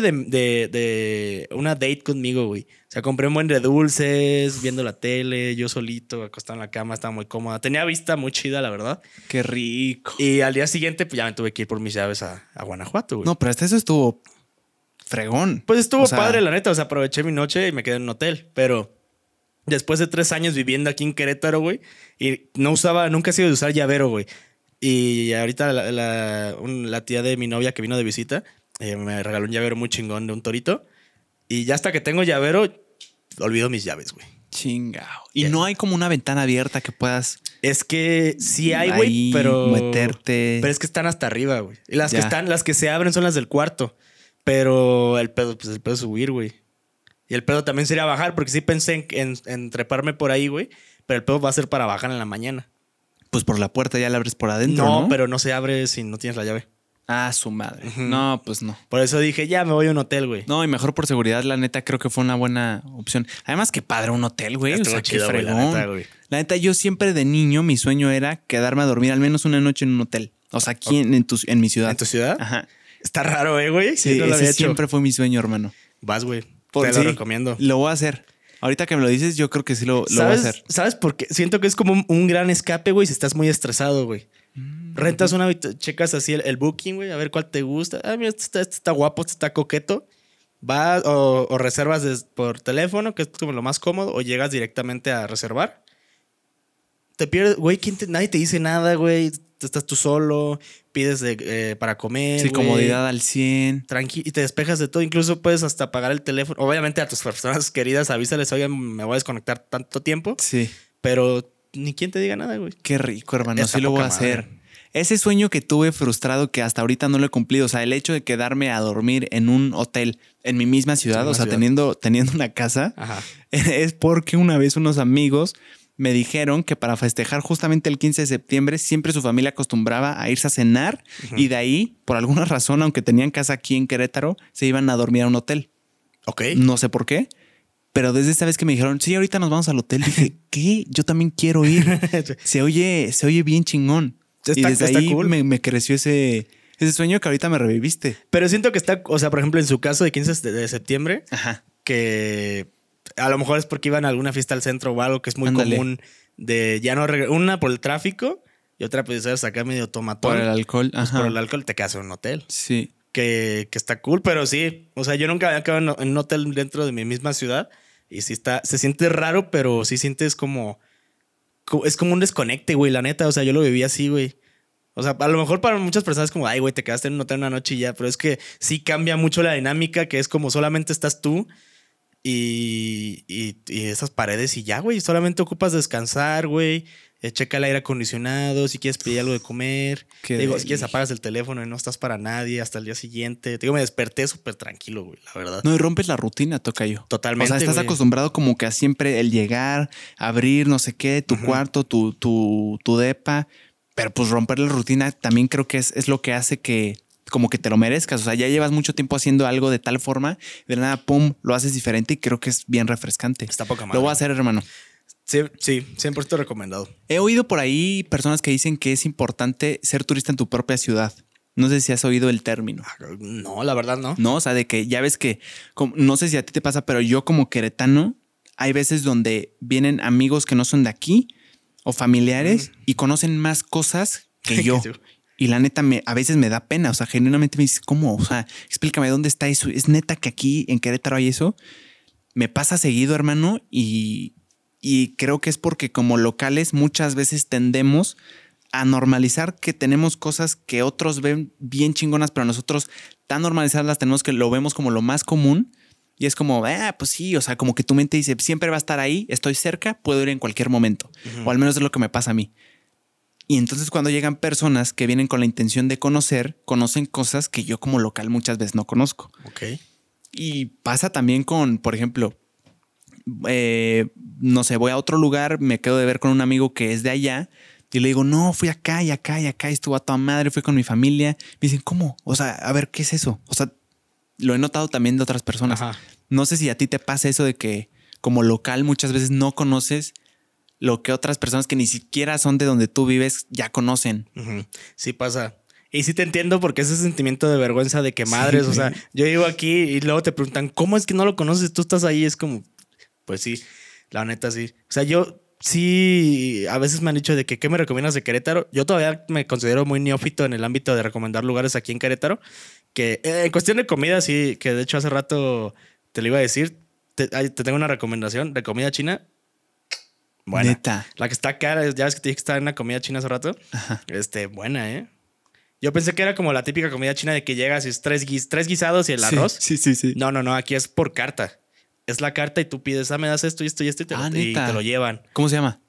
de una date conmigo, güey. O sea, compré un buen de dulces, viendo la tele, yo solito, acostado en la cama, estaba muy cómoda. Tenía vista muy chida, la verdad. Qué rico. Y al día siguiente, pues ya me tuve que ir por mis llaves a Guanajuato, güey. No, pero hasta eso estuvo fregón. Pues estuvo padre, la neta. O sea, aproveché mi noche y me quedé en un hotel. Pero después de 3 años viviendo aquí en Querétaro, güey, y nunca he sido de usar llavero, güey. Y ahorita la tía de mi novia que vino de visita me regaló un llavero muy chingón de un torito. Y ya hasta que tengo llavero, olvido mis llaves, güey. Chingao. Y no hay como una ventana abierta que puedas... Es que sí hay, güey, pero... meterte... Pero es que están hasta arriba, güey. Y las que se abren son las del cuarto. Pero el pedo es subir, güey. Y el pedo también sería bajar, porque sí pensé en treparme por ahí, güey. Pero el pedo va a ser para bajar en la mañana. Pues por la puerta ya la abres por adentro, ¿no? No, pero no se abre si no tienes la llave. Ah, su madre. No, pues no. Por eso dije, ya me voy a un hotel, güey. No, y mejor por seguridad, la neta, creo que fue una buena opción. Además, qué padre un hotel, güey. O sea, chido, qué fregón. güey, la neta, güey. La neta, yo siempre de niño, mi sueño era quedarme a dormir al menos una noche en un hotel. O sea, aquí en mi ciudad. ¿En tu ciudad? Ajá. Está raro, güey. Sí, no lo había ese siempre fue mi sueño, hermano. Vas, güey. Te lo recomiendo. Lo voy a hacer. Ahorita que me lo dices, yo creo que sí lo voy a hacer. ¿Sabes por qué? Siento que es como un gran escape, güey, si estás muy estresado, güey. Rentas checas así el booking, güey, a ver cuál te gusta. Ah, mira, este está guapo, este está coqueto. Vas o reservas por teléfono, que es como lo más cómodo, o llegas directamente a reservar. Te pierdes, güey, nadie te dice nada, güey. Estás tú solo, pides para comer. Sí, güey. Comodidad al 100. Tranquilo, y te despejas de todo. Incluso puedes hasta apagar el teléfono. Obviamente a tus personas queridas avísales, oigan, me voy a desconectar tanto tiempo. Sí. Pero ni quien te diga nada, güey. Qué rico, hermano. Sí lo voy a hacer. Ese sueño que tuve frustrado que hasta ahorita no lo he cumplido. O sea, el hecho de quedarme a dormir en un hotel en mi misma ciudad, teniendo una casa, es porque una vez unos amigos me dijeron que para festejar justamente el 15 de septiembre siempre su familia acostumbraba a irse a cenar y de ahí, por alguna razón, aunque tenían casa aquí en Querétaro, se iban a dormir a un hotel. Ok. No sé por qué, pero desde esa vez que me dijeron, sí, ahorita nos vamos al hotel, dije, ¿qué? Yo también quiero ir. Se oye bien chingón. Y desde ahí cool. me creció ese sueño que ahorita me reviviste. Pero siento que está, o sea, por ejemplo, en su caso de 15 de septiembre, que a lo mejor es porque iban a alguna fiesta al centro o algo que es muy común de ya no una por el tráfico y otra pues sabes acá medio tomatón. Por el alcohol. Pues por el alcohol te quedas en un hotel. Sí. Que está cool, pero sí. O sea, yo nunca había quedado en un hotel dentro de mi misma ciudad y sí se siente raro, pero sí sientes como es como un desconecte, güey, la neta. O sea, yo lo viví así, güey. O sea, a lo mejor para muchas personas es como, ay, güey, te quedaste en un hotel una noche y ya, pero es que sí cambia mucho la dinámica, que es como solamente estás tú y esas paredes y ya, güey. Solamente ocupas descansar, güey. Checa el aire acondicionado, si quieres pedir algo de comer. Te digo, si quieres apagas el teléfono y no estás para nadie hasta el día siguiente. Te digo, me desperté súper tranquilo, güey, la verdad. No, y rompes la rutina, tocayo. Totalmente, o sea, estás acostumbrado como que a siempre el llegar, abrir, no sé qué, tu cuarto, tu depa. Pero pues romper la rutina también creo que es lo que hace que como que te lo merezcas. O sea, ya llevas mucho tiempo haciendo algo de tal forma, de nada, pum, lo haces diferente y creo que es bien refrescante. Está poca madre. Lo voy a hacer, hermano. Sí, 100% recomendado. He oído por ahí personas que dicen que es importante ser turista en tu propia ciudad. No sé si has oído el término. No, la verdad no. No, o sea, de que ya ves que, no sé si a ti te pasa, pero yo como queretano, hay veces donde vienen amigos que no son de aquí o familiares y conocen más cosas que yo. Y la neta, a veces me da pena. O sea, genuinamente me dices, ¿cómo? O sea, explícame dónde está eso. ¿Es neta que aquí en Querétaro hay eso? Me pasa seguido, hermano, y creo que es porque como locales muchas veces tendemos a normalizar que tenemos cosas que otros ven bien chingonas, pero nosotros tan normalizadas las tenemos que lo vemos como lo más común. Y es como, pues sí, o sea, como que tu mente dice, siempre va a estar ahí, estoy cerca, puedo ir en cualquier momento. O al menos es lo que me pasa a mí. Y entonces cuando llegan personas que vienen con la intención de conocer, conocen cosas que yo como local muchas veces no conozco. Ok. Y pasa también con, por ejemplo, no sé, voy a otro lugar, me quedo de ver con un amigo que es de allá y le digo, no, fui acá y acá y acá, estuvo a toda madre, fui con mi familia. Me dicen, ¿cómo? O sea, a ver, ¿qué es eso? O sea, lo he notado también de otras personas. Ajá. No sé si a ti te pasa eso de que como local muchas veces no conoces lo que otras personas que ni siquiera son de donde tú vives ya conocen. Sí pasa. Y sí te entiendo porque ese sentimiento de vergüenza de que madres, o sea, yo llego aquí y luego te preguntan, ¿cómo es que no lo conoces? Tú estás ahí, es como, pues sí, la neta sí. O sea, yo sí, a veces me han dicho de que ¿qué me recomiendas de Querétaro? Yo todavía me considero muy neófito en el ámbito de recomendar lugares aquí en Querétaro. Que en cuestión de comida, sí, que de hecho hace rato te lo iba a decir. Te tengo una recomendación de comida china. Buena. Neta. La que está cara, ya ves que te dije que estaba en una comida china hace rato. Ajá. Buena, ¿eh? Yo pensé que era como la típica comida china de que llegas y es tres guisados y el arroz. Sí. No, aquí es por carta. Es la carta y tú pides, me das esto y esto y esto y te lo llevan. ¿Cómo se llama?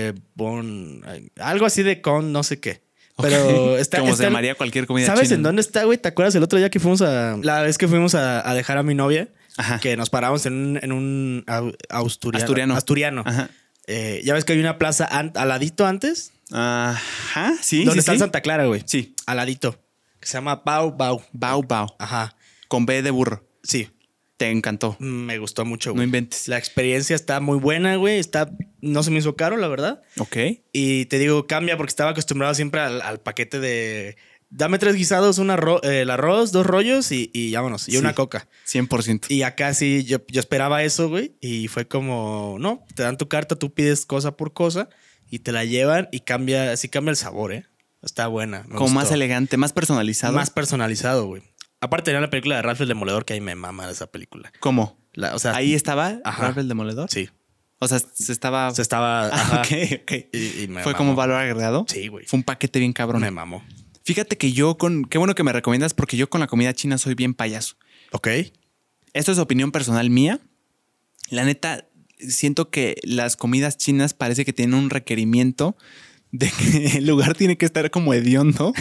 Algo así de con no sé qué. Pero está... Como se llamaría cualquier comida china. ¿Sabes en dónde está, güey? ¿Te acuerdas el otro día que fuimos la vez que fuimos a dejar a mi novia? Ajá. Que nos paramos en un asturiano. Ajá. Ya ves que hay una plaza al ladito antes. Ajá, sí. Donde está Santa Clara, güey. Sí. Al ladito. Que se llama Bao Bao. Bao Bao. Ajá. Con B de burro. Sí. Te encantó. Me gustó mucho, güey. No inventes. La experiencia está muy buena, güey. No se me hizo caro, la verdad. Ok. Y te digo, cambia porque estaba acostumbrado siempre al paquete de... Dame 3 guisados, el arroz, 2 rollos y vámonos. Y una coca. 100%. Y acá sí, yo esperaba eso, güey. Y fue como, no, te dan tu carta, tú pides cosa por cosa y te la llevan y cambia el sabor, ¿eh? Está buena. Como más elegante, más personalizado. Más personalizado, güey. Aparte tenía la película de Ralph el Demoledor, que ahí me mama de esa película. ¿Cómo? O sea, ¿ahí estaba Ralph el Demoledor? Sí. O sea, se estaba... Ajá. Ok. Y me ¿Fue mamó. como valor agregado? Sí, güey. Fue un paquete bien cabrón. Me mamó. Fíjate que qué bueno que me recomiendas porque yo con la comida china soy bien payaso. Ok. Esto es opinión personal mía. La neta, siento que las comidas chinas parece que tienen un requerimiento de que el lugar tiene que estar como hediondo.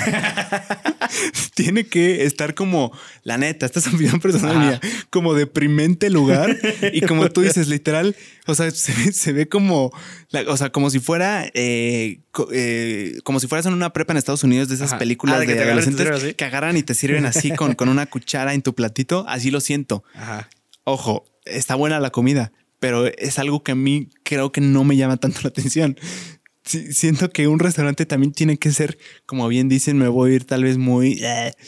Tiene que estar como, la neta, esta es opinión personal mía, como deprimente el lugar. Y como tú dices, literal, o sea, se ve como, o sea, como si fuera, como si fueras en una prepa en Estados Unidos de esas películas de adolescentes que agarran y te sirven así con una cuchara en tu platito. Así lo siento. Ajá. Ojo, está buena la comida, pero es algo que a mí creo que no me llama tanto la atención. Siento que un restaurante también tiene que ser, como bien dicen, me voy a ir tal vez muy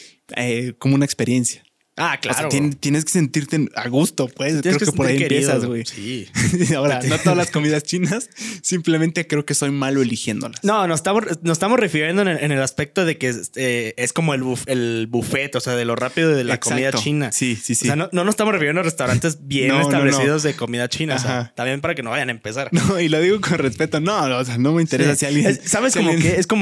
como una experiencia. Ah, claro. O sea, tienes que sentirte a gusto, pues. Creo que por ahí empiezas, güey. Sí. Ahora, no todas las comidas chinas, simplemente creo que soy malo eligiéndolas. No, nos estamos refiriendo en el aspecto de que es como el buffet, o sea, de lo rápido de la comida china. Sí. O sea, no nos estamos refiriendo a restaurantes bien establecidos de comida china. O sea, también para que no vayan a empezar. No, y lo digo con respeto. No, o sea, no me interesa si alguien... ¿Sabes como que es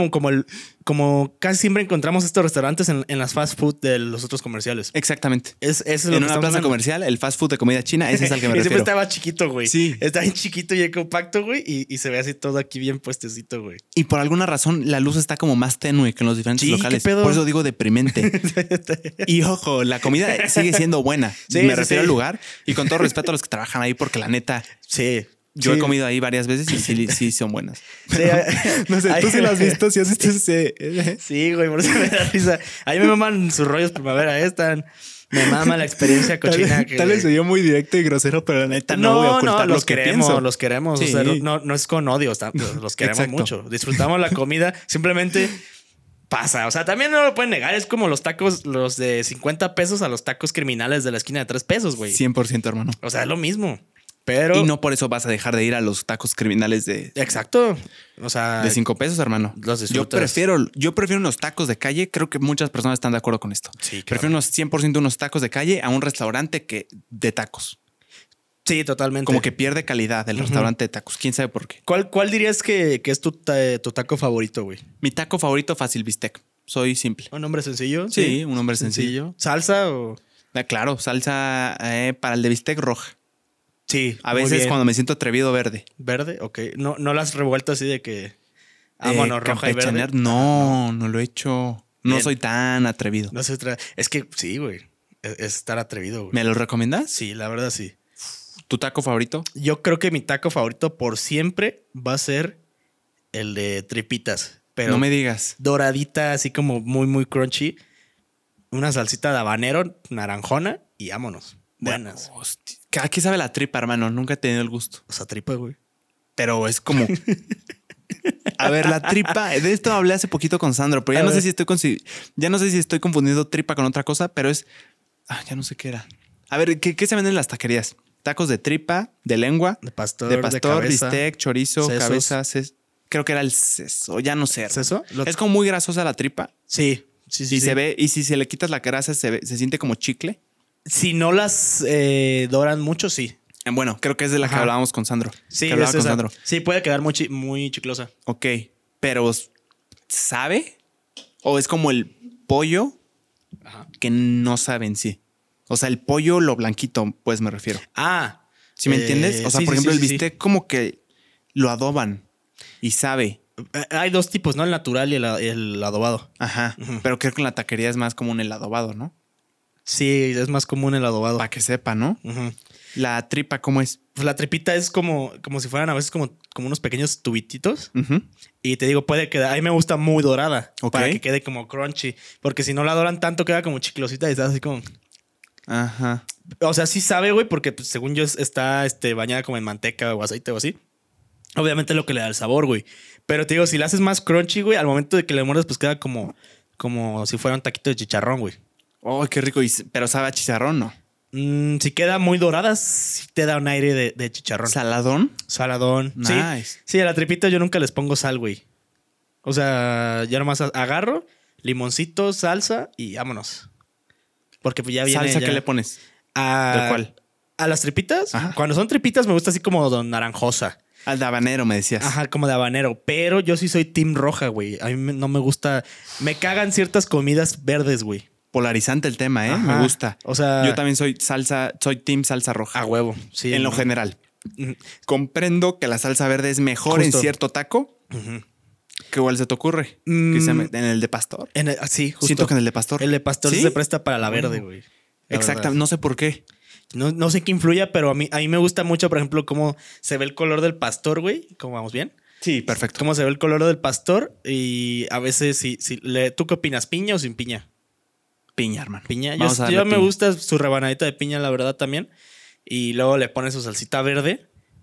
como casi siempre encontramos estos restaurantes en las fast food de los otros comerciales? Exactamente. Es en una plaza comercial, el fast food de comida china, ese es al que me refiero. Y siempre estaba chiquito, güey. Sí. Está bien chiquito y compacto, güey. Y se ve así todo aquí bien puestecito, güey. Y por alguna razón la luz está como más tenue que en los diferentes locales. Por eso digo deprimente. Y ojo, la comida sigue siendo buena. Me refiero al lugar y con todo respeto a los que trabajan ahí, porque la neta... Sí. Yo he comido ahí varias veces y sí son buenas. Pero, no sé, tú sí lo has visto, si has visto ese... Sí, güey, por eso me da risa. Ahí me maman sus rollos primavera, me mama la experiencia cochina. Tal vez soy yo muy directo y grosero, pero la neta no voy a ocultar lo que pienso. Los queremos. Sí. O sea, no es con odio, los queremos mucho. Disfrutamos la comida, simplemente pasa. O sea, también no lo pueden negar. Es como los tacos, los de 50 pesos a los tacos criminales de la esquina de 3 pesos, güey. 100%, hermano. O sea, es lo mismo. Pero... Y no por eso vas a dejar de ir a los tacos criminales de... Exacto. O sea... De 5 pesos, hermano. Los disfrutas. Yo prefiero unos tacos de calle. Creo que muchas personas están de acuerdo con esto. Sí, claro. Prefiero unos 100% unos tacos de calle a un restaurante que de tacos. Sí, totalmente. Como que pierde calidad el restaurante de tacos. ¿Quién sabe por qué? ¿Cuál dirías que es tu taco favorito, güey? Mi taco favorito, fácil bistec. Soy simple. ¿Un hombre sencillo? Sí, un hombre sencillo. ¿Salsa o...? Claro, salsa para el de bistec roja. Sí. A veces cuando me siento atrevido, verde. ¿Verde? Ok. ¿No la has revuelto así de que... bueno, roja y verde? No lo he hecho. No Bien. Soy tan atrevido. No soy Es que sí, güey. Es estar atrevido, güey. ¿Me lo recomiendas? Sí, la verdad sí. ¿Tu taco favorito? Yo creo que mi taco favorito por siempre va a ser el de tripitas. Pero no me digas. Doradita, así como muy, muy crunchy. Una salsita de habanero, naranjona y vámonos. Buenas. Hostia. ¿A qué sabe la tripa, hermano? Nunca he tenido el gusto. O sea, tripa, güey. Pero es como... A ver, la tripa... De esto hablé hace poquito con Sandro, pero ya no sé si estoy confundiendo tripa con otra cosa, pero es... ya no sé qué era. A ver, ¿qué se venden en las taquerías? Tacos de tripa, de lengua, de pastor, bistec, chorizo, cabeza, creo que era el seso, ya no sé. ¿Seso? Es como muy grasosa la tripa. Sí. Se ve, y si se le quitas la grasa, se siente como chicle. Si no las doran mucho, sí. Bueno, creo que es de la que hablábamos con Sandro. Sí, con Sandro. Sí, puede quedar muy chiclosa. Ok, pero ¿sabe? ¿O es como el pollo que no sabe en sí? O sea, el pollo, lo blanquito, pues me refiero. ¿Sí me entiendes? O sea, por ejemplo, el bistec como que lo adoban y sabe. Hay dos tipos, ¿no? El natural y el adobado. Ajá. Pero creo que en la taquería es más común el adobado, ¿no? Sí, es más común el adobado. Para que sepa, ¿no? La tripa, ¿cómo es? Pues la tripita es como si fueran a veces como unos pequeños tubititos. Y te digo, puede quedar. A mí me gusta muy dorada. Para que quede como crunchy. Porque si no la doran tanto, queda como chiclosita y está así como. Ajá. O sea, sí sabe, güey, porque pues, según yo está bañada como en manteca o aceite o así. Obviamente es lo que le da el sabor, güey. Pero te digo, si la haces más crunchy, güey, al momento de que le muerdas, pues queda como si fuera un taquito de chicharrón, güey. Oh, qué rico. Pero sabe a chicharrón, ¿no? Si queda muy dorada, sí te da un aire de chicharrón. ¿Saladón? Saladón. Nice. Sí, a la tripita yo nunca les pongo sal, güey. O sea, ya nomás agarro, limoncito, salsa y vámonos. Porque pues ya viene. ¿Salsa qué le pones? ¿De cuál? A las tripitas. Cuando son tripitas me gusta así como naranjosa. Al de habanero, me decías. Ajá, como de habanero. Pero yo sí soy team roja, güey. A mí no me gusta. Me cagan ciertas comidas verdes, güey. Polarizante el tema, ¿eh? Me gusta. O sea, yo también soy team salsa roja. A huevo, sí. En lo general. Comprendo que la salsa verde es mejor en cierto taco. ¿Qué igual se te ocurre? Que sea en el de pastor. Sí, justo. Siento que en el de pastor. El de pastor se presta para la verde, güey. Exactamente. No sé por qué. No sé qué influya, pero a mí me gusta mucho, por ejemplo, cómo se ve el color del pastor, güey. ¿Cómo vamos bien? Sí, perfecto. Cómo se ve el color del pastor y a veces ¿tú qué opinas? ¿Piña o sin piña? Piña, hermano. Piña. Yo me gusta su rebanadita de piña, la verdad, también. Y luego le pone su salsita verde.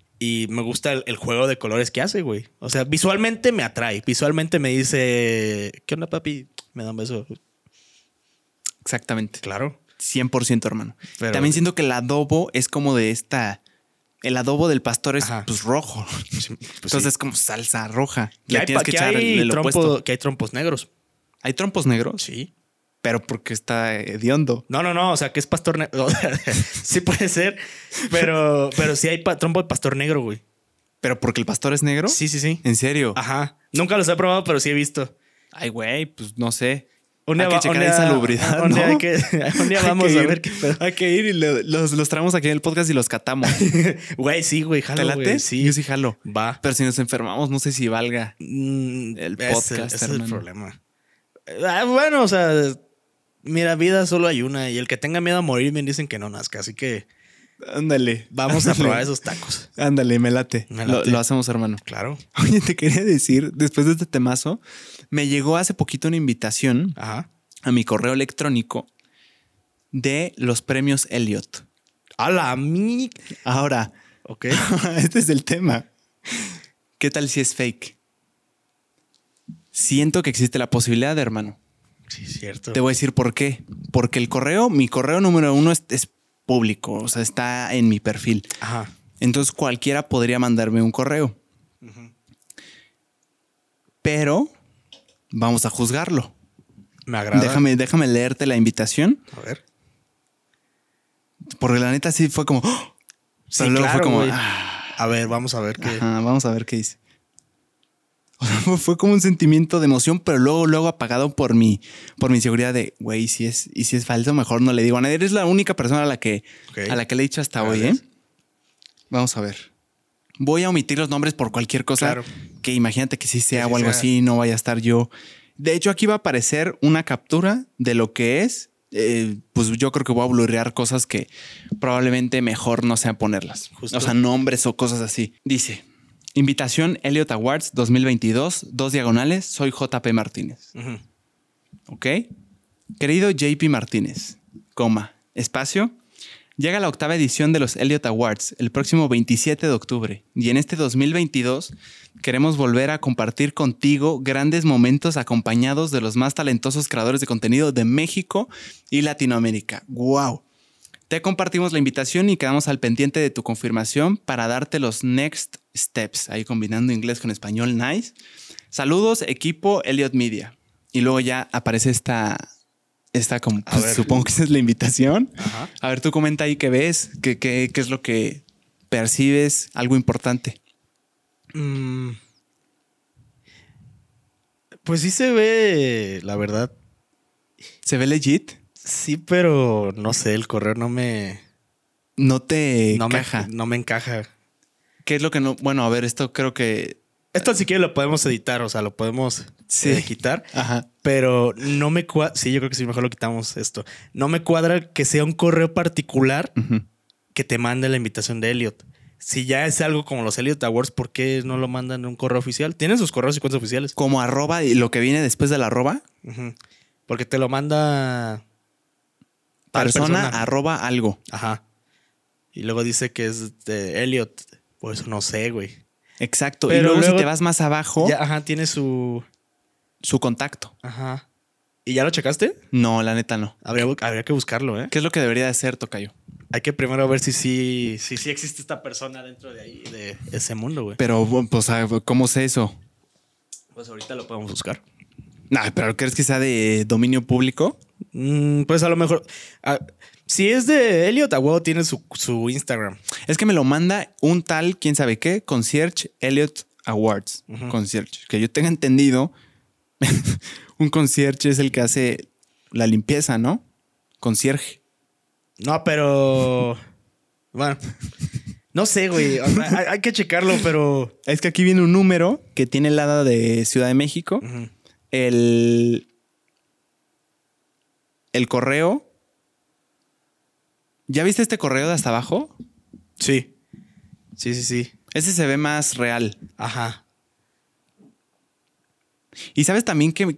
Y me gusta el juego de colores que hace, güey. O sea, visualmente me atrae. Visualmente me dice, ¿qué onda, papi? Me da un beso. Exactamente. Claro. 100%, hermano. Pero también siento que el adobo es como de esta... El adobo del pastor es pues rojo. Pues entonces es como salsa roja. Le tienes que echar el opuesto. Que hay trompos negros. ¿Hay trompos negros? Sí. Pero porque está hediondo. No. O sea, que es pastor negro. Sí puede ser. Pero sí hay trompo de pastor negro, güey. ¿Pero porque el pastor es negro? Sí. ¿En serio? Ajá. Nunca los he probado, pero sí he visto. Ay, güey, pues no sé. Hay que checar insalubridad, ¿no? Un día vamos a ver qué pedo. Hay que ir y los traemos aquí en el podcast y los catamos. Güey, sí, güey, jalo. ¿Te late? Güey, sí. Yo sí jalo. Va. Pero si nos enfermamos, no sé si valga el podcast, ese es el problema. Bueno, o sea, mira, vida solo hay una. Y el que tenga miedo a morir me dicen que no nazca. Así que... Ándale. Vamos a probar esos tacos. Ándale, me late. Lo hacemos, hermano. Claro. Oye, te quería decir, después de este temazo, me llegó hace poquito una invitación a mi correo electrónico de los premios Elliot. Ahora, ok. Este es el tema. ¿Qué tal si es fake? Siento que existe la posibilidad, hermano. Sí, es cierto. Te voy a decir por qué. Porque mi correo número 1 es público, o sea, está en mi perfil. Ajá. Entonces cualquiera podría mandarme un correo. Pero vamos a juzgarlo. Me agrada. Déjame leerte la invitación. A ver. Porque la neta sí fue como... ¡Oh! Sí, pero luego claro, fue como... A ver, vamos a ver qué... vamos a ver qué dice. O sea, fue como un sentimiento de emoción, pero luego apagado por mi seguridad de, güey, y si es falso, mejor no le digo a nadie. Eres la única persona a la que le he dicho hasta hoy, ¿eh? Vamos a ver. Voy a omitir los nombres por cualquier cosa. Claro. Que imagínate que sí sea o algo así, no vaya a estar yo. De hecho, aquí va a aparecer una captura de lo que es. Pues yo creo que voy a blurrear cosas que probablemente mejor no sea ponerlas. Justo. O sea, nombres o cosas así. Dice... Invitación Elliot Awards 2022, 2 diagonales, soy JP Martínez. ¿Ok? Querido JP Martínez, espacio, llega la 8ª edición de los Elliot Awards el próximo 27 de octubre y en este 2022 queremos volver a compartir contigo grandes momentos acompañados de los más talentosos creadores de contenido de México y Latinoamérica. ¡Wow! Te compartimos la invitación y quedamos al pendiente de tu confirmación para darte los next steps. Ahí combinando inglés con español, nice. Saludos, equipo Elliot Media. Y luego ya aparece esta como, pues, supongo que esa es la invitación. Ajá. A ver, tú comenta ahí qué ves, qué es lo que percibes, algo importante. Pues sí se ve, la verdad. ¿Se ve legit? Sí, pero no sé, el correo no me encaja. No me encaja. ¿Qué es lo que no? Bueno, a ver, esto creo que... Esto si quieres lo podemos editar, o sea, lo podemos quitar. Ajá. Pero no me cuadra. Sí, yo creo que sí, mejor lo quitamos esto. No me cuadra que sea un correo particular que te mande la invitación de Elliot. Si ya es algo como los Elliot Awards, ¿por qué no lo mandan en un correo oficial? ¿Tienen sus correos y cuentas oficiales? Como arroba y lo que viene después del arroba. Porque te lo manda persona arroba algo. Ajá. Y luego dice que es de Elliot. Por eso no sé, güey. Exacto. Pero y luego si te vas más abajo... Ya, tiene su contacto. Ajá. ¿Y ya lo checaste? No, la neta no. Habría que buscarlo, ¿eh? ¿Qué es lo que debería de hacer, tocayo? Hay que primero ver si sí existe esta persona dentro de ahí, de ese mundo, güey. Pero, pues, ¿cómo sé eso? Pues ahorita lo podemos buscar. No, pero ¿crees que sea de dominio público? Pues a lo mejor... si es de Elliot, a huevo tiene su Instagram. Es que me lo manda un tal, quién sabe qué, Concierge Elliot Awards. Concierge. Que yo tenga entendido, un concierge es el que hace la limpieza, ¿no? Concierge. No, pero... Bueno, no sé, güey. O sea, hay que checarlo, pero... Es que aquí viene un número que tiene el ADA de Ciudad de México. El correo... ¿Ya viste este correo de hasta abajo? Sí. Sí. Ese se ve más real. Ajá. ¿Y sabes también qué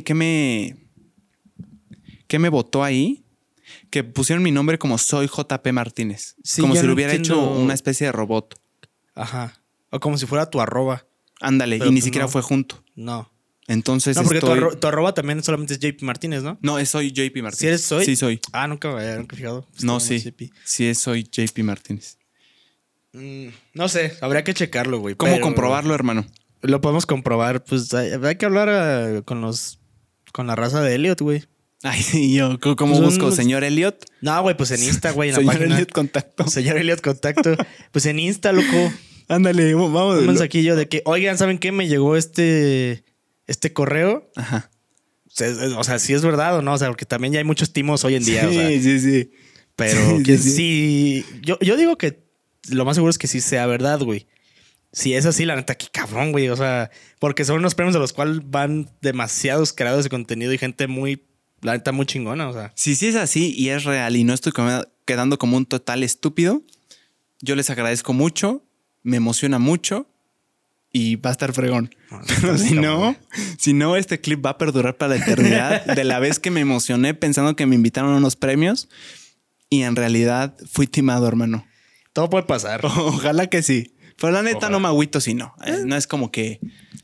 me votó ahí? Que pusieron mi nombre como soy JP Martínez. Sí, como si lo hubiera hecho una especie de robot. Ajá. O como si fuera tu arroba. Ándale, pero y ni siquiera fue junto. No. Entonces no, porque tu arroba también solamente es JP Martínez, ¿no? No, soy JP Martínez. ¿Sí eres soy? Sí, soy. Nunca he fijado. No, sí. Sí, soy JP Martínez. No sé, habría que checarlo, güey. ¿Cómo comprobarlo, hermano? Lo podemos comprobar. Pues hay que hablar con la raza de Elliot, güey. Ay, sí, yo, ¿cómo busco? ¿Señor Elliot? No, güey, pues en Insta, güey, en la página. Señor Elliot Contacto. Señor Elliot Contacto. Pues en Insta, loco. Ándale, vamos. Un mensajillo de que, oigan, ¿saben qué? Me llegó este correo. Ajá. O sea, si es verdad o no. O sea, porque también ya hay muchos timos hoy en día. Sí, sí. Pero sí. Yo digo que lo más seguro es que sí sea verdad, güey. Si es así, la neta, qué cabrón, güey. O sea, porque son unos premios a los cuales van demasiados creadores de contenido y gente la neta, muy chingona, o sea. Si sí es así y es real y no estoy quedando como un total estúpido, yo les agradezco mucho, me emociona mucho y va a estar fregón. Pero si no, este clip va a perdurar para la eternidad de la vez que me emocioné pensando que me invitaron a unos premios y en realidad fui timado, hermano. Todo puede pasar. Ojalá que sí. Pero la neta no me agüito si no. No es como que...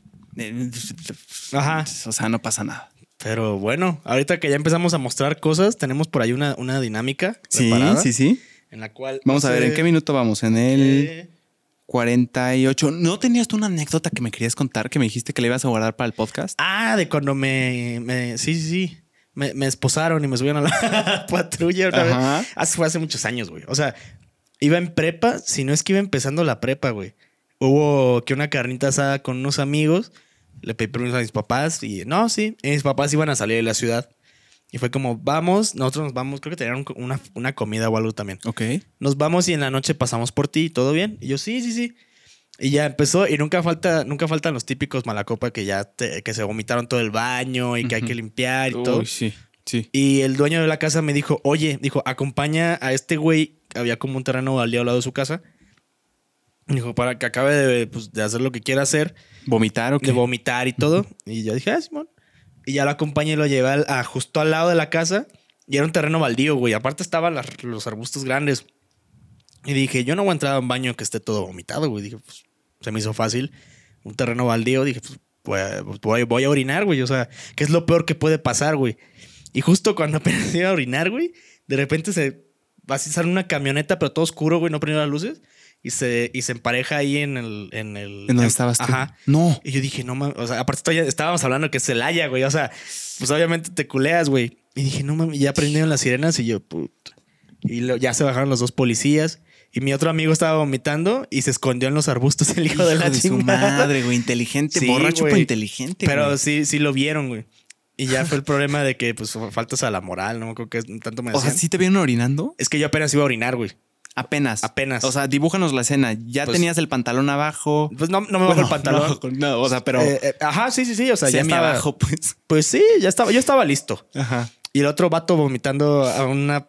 Ajá. O sea, no pasa nada. Pero bueno, ahorita que ya empezamos a mostrar cosas, tenemos por ahí una dinámica preparada. Sí. En la cual... Vamos a ver, ¿en qué minuto vamos? En el 48. ¿No tenías tú una anécdota que me querías contar que me dijiste que le ibas a guardar para el podcast? De cuando sí. Me esposaron y me subieron a la patrulla una vez. Fue hace muchos años, güey. O sea, iba en prepa, si no es que iba empezando la prepa, güey. Hubo que una carnita asada con unos amigos. Le pedí permiso a mis papás y mis papás iban a salir de la ciudad. Y fue como, nosotros nos vamos, creo que tenían una comida o algo también. Ok. Nos vamos y en la noche pasamos por ti, ¿todo bien? Y yo, sí. Y ya empezó y nunca faltan los típicos malacopa que que se vomitaron todo el baño y que hay que limpiar y todo. Sí. Y el dueño de la casa me dijo, acompaña a este güey, había como un terreno baldío al lado de su casa. Dijo, para que acabe de hacer lo que quiera hacer. ¿Vomitar o qué? De vomitar y todo. Y yo dije, Simón. Y ya lo acompañé y lo llevé justo al lado de la casa. Y era un terreno baldío, güey. Aparte estaban los arbustos grandes. Y dije, yo no voy a entrar a un baño que esté todo vomitado, güey. Dije, pues se me hizo fácil. Un terreno baldío. Dije, pues voy a orinar, güey. O sea, ¿qué es lo peor que puede pasar, güey? Y justo cuando apenas iba a orinar, güey, de repente así sale una camioneta, pero todo oscuro, güey, no prendió las luces. Y se empareja ahí en el... ¿En donde estabas tú? Ajá. No. Y yo dije, no mames. O sea, aparte estábamos hablando que es Celaya, güey. O sea, pues obviamente te culeas, güey. Y dije, no mames, ya prendieron las sirenas y yo, puto. Y ya se bajaron los 2 policías. Y mi otro amigo estaba vomitando y se escondió en los arbustos, el hijo de la chingada. Su madre, güey. Inteligente, sí, borracho, pero inteligente, pero güey. sí lo vieron, güey. Y ya fue el problema de que, pues, faltas a la moral, ¿no? Creo que tanto me decían. O sea, ¿sí te vieron orinando? Es que yo apenas iba a orinar, güey. Apenas. O sea, dibújanos la escena. Ya pues, tenías el pantalón abajo. Pues no me bajó el pantalón. No, o sea, pero... ajá, sí. O sea, ya estaba abajo, pues. Pues sí, ya estaba. Yo estaba listo. Ajá. Y el otro vato vomitando a una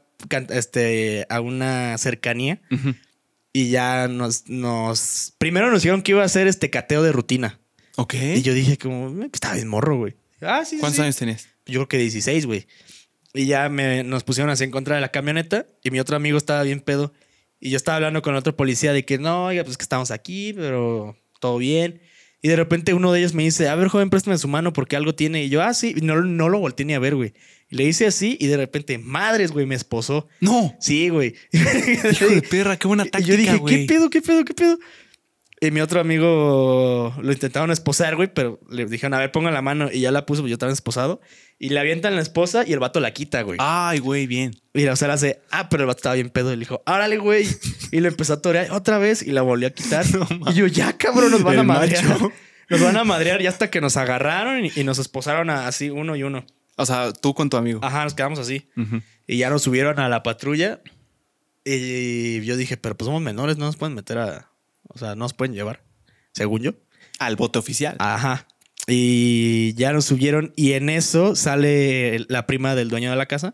cercanía. Uh-huh. Y ya primero nos dijeron que iba a hacer cateo de rutina. Ok. Y yo dije como, estaba bien morro, güey. Sí. ¿Cuántos años tenías? Yo creo que 16, güey. Y ya nos pusieron así en contra de la camioneta. Y mi otro amigo estaba bien pedo. Y yo estaba hablando con otro policía de que no, oiga, pues que estamos aquí, pero todo bien. Y de repente uno de ellos me dice, a ver, joven, préstame su mano porque algo tiene. Y yo, sí. Y no lo volteé ni a ver, güey. Y le hice así y de repente, madres, güey, me esposó. No. Sí, güey. Hijo de perra, qué buena táctica, y yo dije, güey. ¿Qué pedo? Y mi otro amigo lo intentaron esposar, güey, pero le dijeron, a ver, ponga la mano. Y ya la puso, pues yo estaba esposado. Y le avientan la esposa y el vato la quita, güey. Ay, güey, bien. Mira, o sea, le hace, pero el vato estaba bien pedo. Y le dijo, órale, güey. Y lo empezó a torear otra vez y la volvió a quitar. No, y yo, ya, cabrón, nos van a madrear. Nos van a madrear ya hasta que nos agarraron y nos esposaron así uno y uno. O sea, tú con tu amigo. Ajá, nos quedamos así. Uh-huh. Y ya nos subieron a la patrulla. Y yo dije, pero pues somos menores, no nos pueden meter o sea, no nos pueden llevar. Según yo. Al bote oficial. Ajá. Y ya nos subieron y en eso sale la prima del dueño de la casa.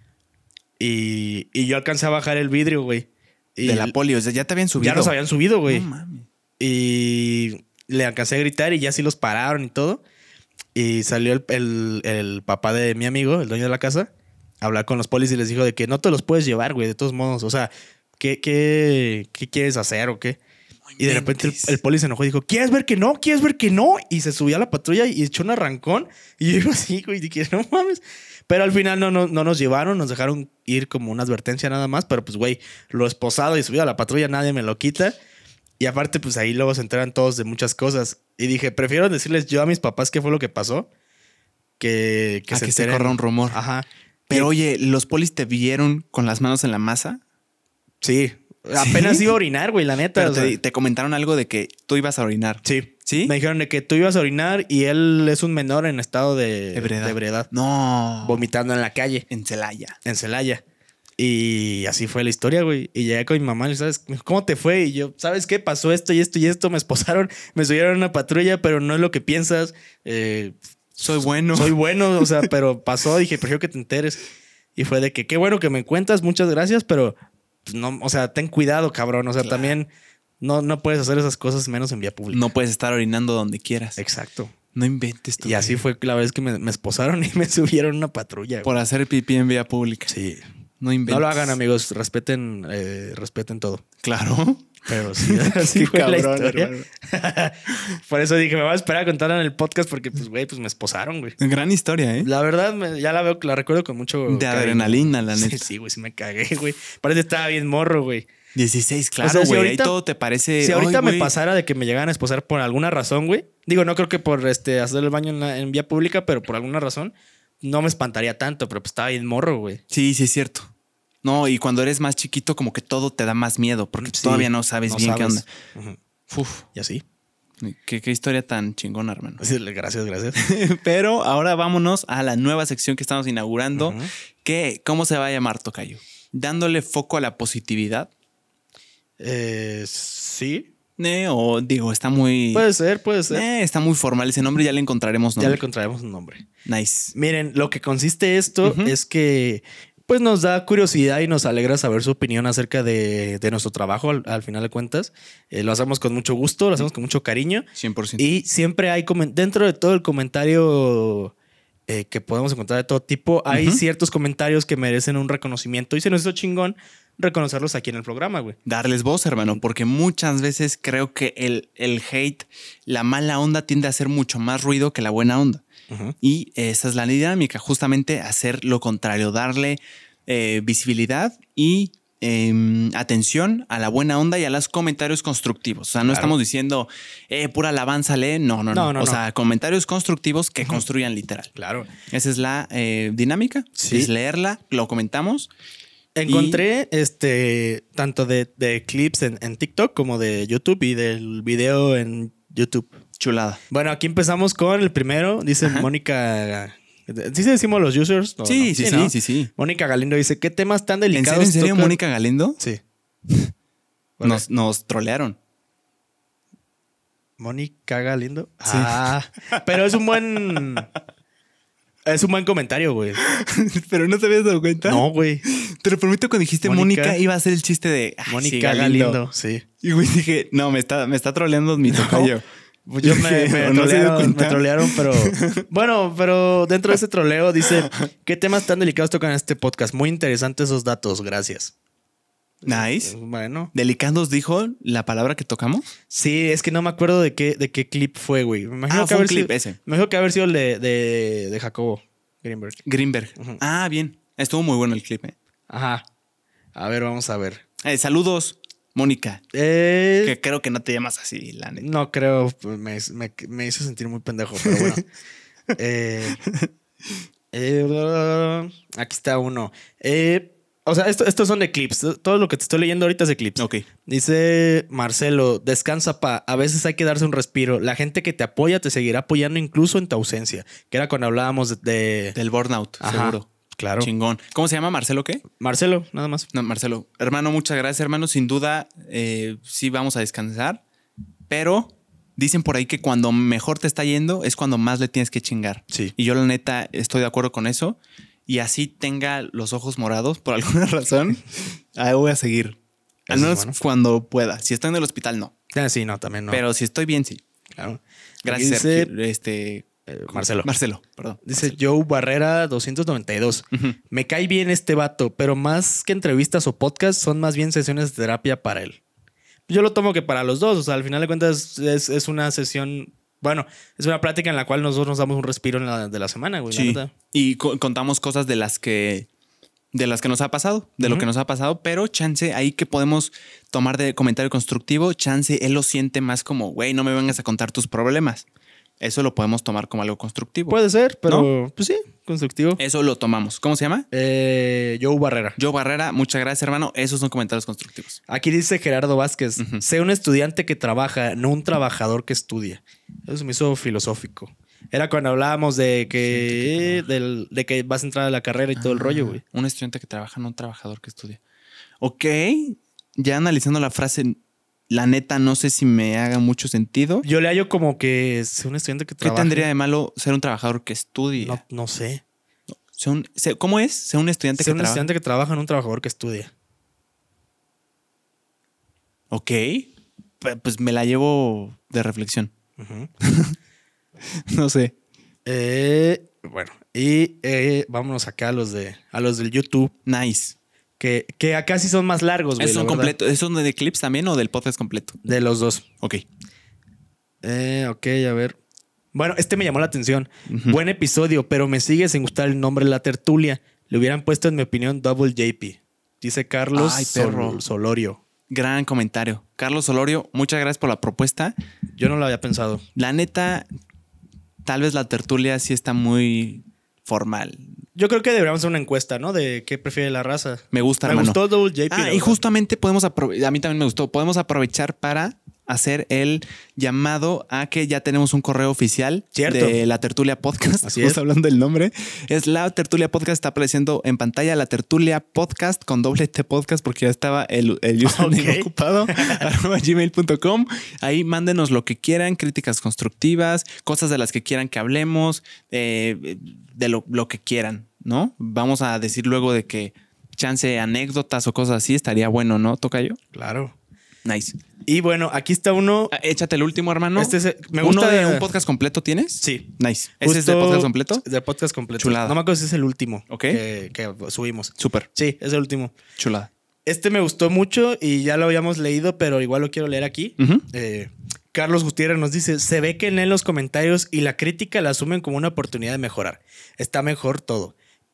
Y yo alcancé a bajar el vidrio, güey. De la poli, o sea, ya te habían subido. Ya nos habían subido, güey. No mames. Y le alcancé a gritar y ya sí los pararon y todo. Y salió el papá de mi amigo, el dueño de la casa, a hablar con los polis y les dijo de que no te los puedes llevar, güey, de todos modos. O sea, ¿qué quieres hacer o qué? Y de repente el poli se enojó y dijo, ¿quieres ver que no? Y se subió a la patrulla y echó un arrancón. Y yo iba así, güey, y dije, no mames. Pero al final no nos llevaron, nos dejaron ir como una advertencia nada más. Pero pues, güey, lo esposado y subido a la patrulla nadie me lo quita. Y aparte, pues ahí luego se enteran todos de muchas cosas. Y dije, prefiero decirles yo a mis papás qué fue lo que pasó que se corra un rumor. Ajá. Pero oye, ¿los polis te vieron con las manos en la masa? Sí. Apenas iba a orinar, güey, la neta. Pero te comentaron algo de que tú ibas a orinar. Sí. ¿Sí? Me dijeron de que tú ibas a orinar y él es un menor en estado de ebriedad. No. Vomitando en la calle. En Celaya. Y así fue la historia, güey. Y llegué con mi mamá y ¿sabes cómo te fue? Y yo, ¿sabes qué? Pasó esto y esto y esto. Me esposaron, me subieron a una patrulla, pero no es lo que piensas. Soy bueno, o sea, pero pasó. Dije, prefiero que te enteres. Y fue de que qué bueno que me cuentas, muchas gracias, pero pues, no, o sea, ten cuidado, cabrón. O sea, también no puedes hacer esas cosas menos en vía pública. No puedes estar orinando donde quieras. Exacto. No inventes tú. Y así fue la vez que me esposaron y me subieron a una patrulla. Por hacer pipí en vía pública. Sí. No inventes. No lo hagan, amigos. Respeten todo. Claro. Pero sí, así fue cabrón, la historia. Por eso dije, me voy a esperar a contarla en el podcast porque, pues, güey, pues me esposaron, güey. Gran historia, ¿eh? La verdad, ya la recuerdo con mucho de cariño. Adrenalina, la neta. Sí, güey, sí me cagué, güey. Parece que estaba bien morro, güey. 16, claro, güey. O sea, si ahí todo te parece... Si ahorita me pasara de que me llegaran a esposar por alguna razón, güey. Digo, no creo que por hacer el baño en vía pública, pero por alguna razón no me espantaría tanto, pero pues estaba bien morro, güey. Sí, es cierto. No, y cuando eres más chiquito, como que todo te da más miedo, porque todavía no sabes bien qué onda. Uh-huh. Uf, y así. Qué historia tan chingona, hermano. Sí, gracias. Pero ahora vámonos a la nueva sección que estamos inaugurando. Uh-huh. ¿Cómo se va a llamar, tocayo? ¿Dándole foco a la positividad? Sí. O digo, está muy... Puede ser. Está muy formal ese nombre, ya le encontraremos un nombre. Nice. Miren, lo que consiste esto es que... Pues nos da curiosidad y nos alegra saber su opinión acerca de nuestro trabajo al final de cuentas. Lo hacemos con mucho gusto, lo hacemos con mucho cariño. 100%. Y siempre hay, dentro de todo el comentario que podemos encontrar de todo tipo, hay ciertos comentarios que merecen un reconocimiento y se nos hizo chingón reconocerlos aquí en el programa, güey. Darles voz, hermano, porque muchas veces creo que el hate, la mala onda tiende a hacer mucho más ruido que la buena onda. Uh-huh. Y esa es la dinámica, justamente hacer lo contrario, darle visibilidad y atención a la buena onda y a los comentarios constructivos. O sea, no estamos diciendo pura alabanza, no. O sea, comentarios constructivos que construyan literal. Claro. Esa es la dinámica. Sí. Es leerla, lo comentamos. Encontré tanto de clips en TikTok como de YouTube y del video en YouTube. Chulada. Bueno, aquí empezamos con el primero. Dice Mónica. ¿Sí decimos los users? Sí. Mónica Galindo dice: ¿qué temas tan delicados? ¿En serio, Mónica Galindo? Sí. Nos trolearon. Mónica Galindo. Sí. Pero es un buen. Es un buen comentario, güey. ¿Pero no te habías dado cuenta? No, güey. Te lo prometo, cuando dijiste Mónica iba a ser el chiste de Mónica Galindo. Sí. Y güey, dije, no, me está troleando mi tocayo. Pues yo me trolearon, pero... Bueno, pero dentro de ese troleo dice: ¿qué temas tan delicados tocan en este podcast? Muy interesantes esos datos, gracias. Nice. Bueno. ¿Delicados dijo la palabra que tocamos? Sí, es que no me acuerdo de qué clip fue, güey. Me imagino que fue un clip ese. Me imagino que haber sido el de Jacobo Greenberg. Uh-huh. Ah, bien. Estuvo muy bueno el clip, Ajá. A ver, vamos a ver. Saludos, Mónica. Que creo que no te llamas así, la neta. No creo. Me hizo sentir muy pendejo, pero bueno. Aquí está uno. O sea, estos son de clips. Todo lo que te estoy leyendo ahorita es de clips. Ok. Dice Marcelo: descansa, pa. A veces hay que darse un respiro. La gente que te apoya te seguirá apoyando incluso en tu ausencia. Que era cuando hablábamos del burnout, seguro. Claro. Chingón. ¿Cómo se llama? ¿Marcelo qué? Marcelo, nada más. No, Marcelo. Hermano, muchas gracias, hermano. Sin duda, sí vamos a descansar. Pero dicen por ahí que cuando mejor te está yendo es cuando más le tienes que chingar. Sí. Y yo, la neta, estoy de acuerdo con eso. Y así tenga los ojos morados por alguna razón, ahí voy a seguir. Al menos cuando pueda. Si estoy en el hospital, no. Sí, no, también no. Pero si estoy bien, sí. Claro. Gracias, Marcelo, perdón. Dice Joe Barrera 292. Uh-huh. Me cae bien este vato, pero más que entrevistas o podcasts, son más bien sesiones de terapia para él. Yo lo tomo que para los dos. O sea, al final de cuentas es una sesión... Bueno, es una plática en la cual nosotros nos damos un respiro de la semana, güey. Sí. Y contamos cosas de las que nos ha pasado, de lo que nos ha pasado, pero chance ahí que podemos tomar de comentario constructivo, chance él lo siente más como, güey, no me vengas a contar tus problemas. Eso lo podemos tomar como algo constructivo. Puede ser, pero ¿no? Pues sí, constructivo. Eso lo tomamos. ¿Cómo se llama? Joe Barrera. Joe Barrera, muchas gracias, hermano. Esos son comentarios constructivos. Aquí dice Gerardo Vázquez: sé un estudiante que trabaja, no un trabajador que estudia. Eso me hizo filosófico. Era cuando hablábamos de que vas a entrar a la carrera y todo el rollo, güey. Un estudiante que trabaja, no un trabajador que estudia. Ok. Ya analizando la frase, la neta, no sé si me haga mucho sentido. Yo le hallo como que sea un estudiante que trabaja. ¿Qué tendría de malo ser un trabajador que estudia? No sé. ¿Cómo es? Ser un estudiante que trabaja. Ser un estudiante que trabaja, no un trabajador que estudia. Ok. Pues me la llevo de reflexión. Uh-huh. No sé. Bueno, y vámonos acá a los del YouTube. Nice. Que acá sí son más largos, güey. ¿Esos son completos? ¿Esos son de clips también o del podcast completo? De los dos. Ok. Ok, a ver. Bueno, me llamó la atención. Uh-huh. Buen episodio, pero me sigue sin gustar el nombre La Tertulia. Le hubieran puesto, en mi opinión, Double JP. Dice Carlos Solorio. Gran comentario. Carlos Solorio, muchas gracias por la propuesta. Yo no lo había pensado. La neta, tal vez La Tertulia sí está muy formal. Yo creo que deberíamos hacer una encuesta, ¿no? De qué prefiere la raza. Me gusta, hermano. Me gustó Double JP. Y justamente podemos aprovechar, a mí también me gustó, podemos aprovechar para hacer el llamado a que ya tenemos un correo oficial de La Tertulia Podcast. Así es. Hablando del nombre. Es La Tertulia Podcast. Está apareciendo en pantalla La Tertulia Podcast con doble T podcast porque ya estaba el username ocupado. @gmail.com. Ahí mándenos lo que quieran, críticas constructivas, cosas de las que quieran que hablemos, de lo que quieran, ¿no? Vamos a decir luego de que chance anécdotas o cosas así. Estaría bueno, ¿no, tocayo? Claro. Nice. Y bueno, aquí está uno. Échate el último, hermano. Me gusta. ¿Uno de un podcast completo tienes? Sí. Nice. ¿Ese es de podcast completo? De podcast completo. Chulada. No me acuerdo si es el último. Ok. Que subimos. Súper. Sí, es el último. Chulada. Me gustó mucho y ya lo habíamos leído, pero igual lo quiero leer aquí. Uh-huh. Carlos Gutiérrez nos dice: se ve que leen los comentarios y la crítica la asumen como una oportunidad de mejorar. Está mejor todo.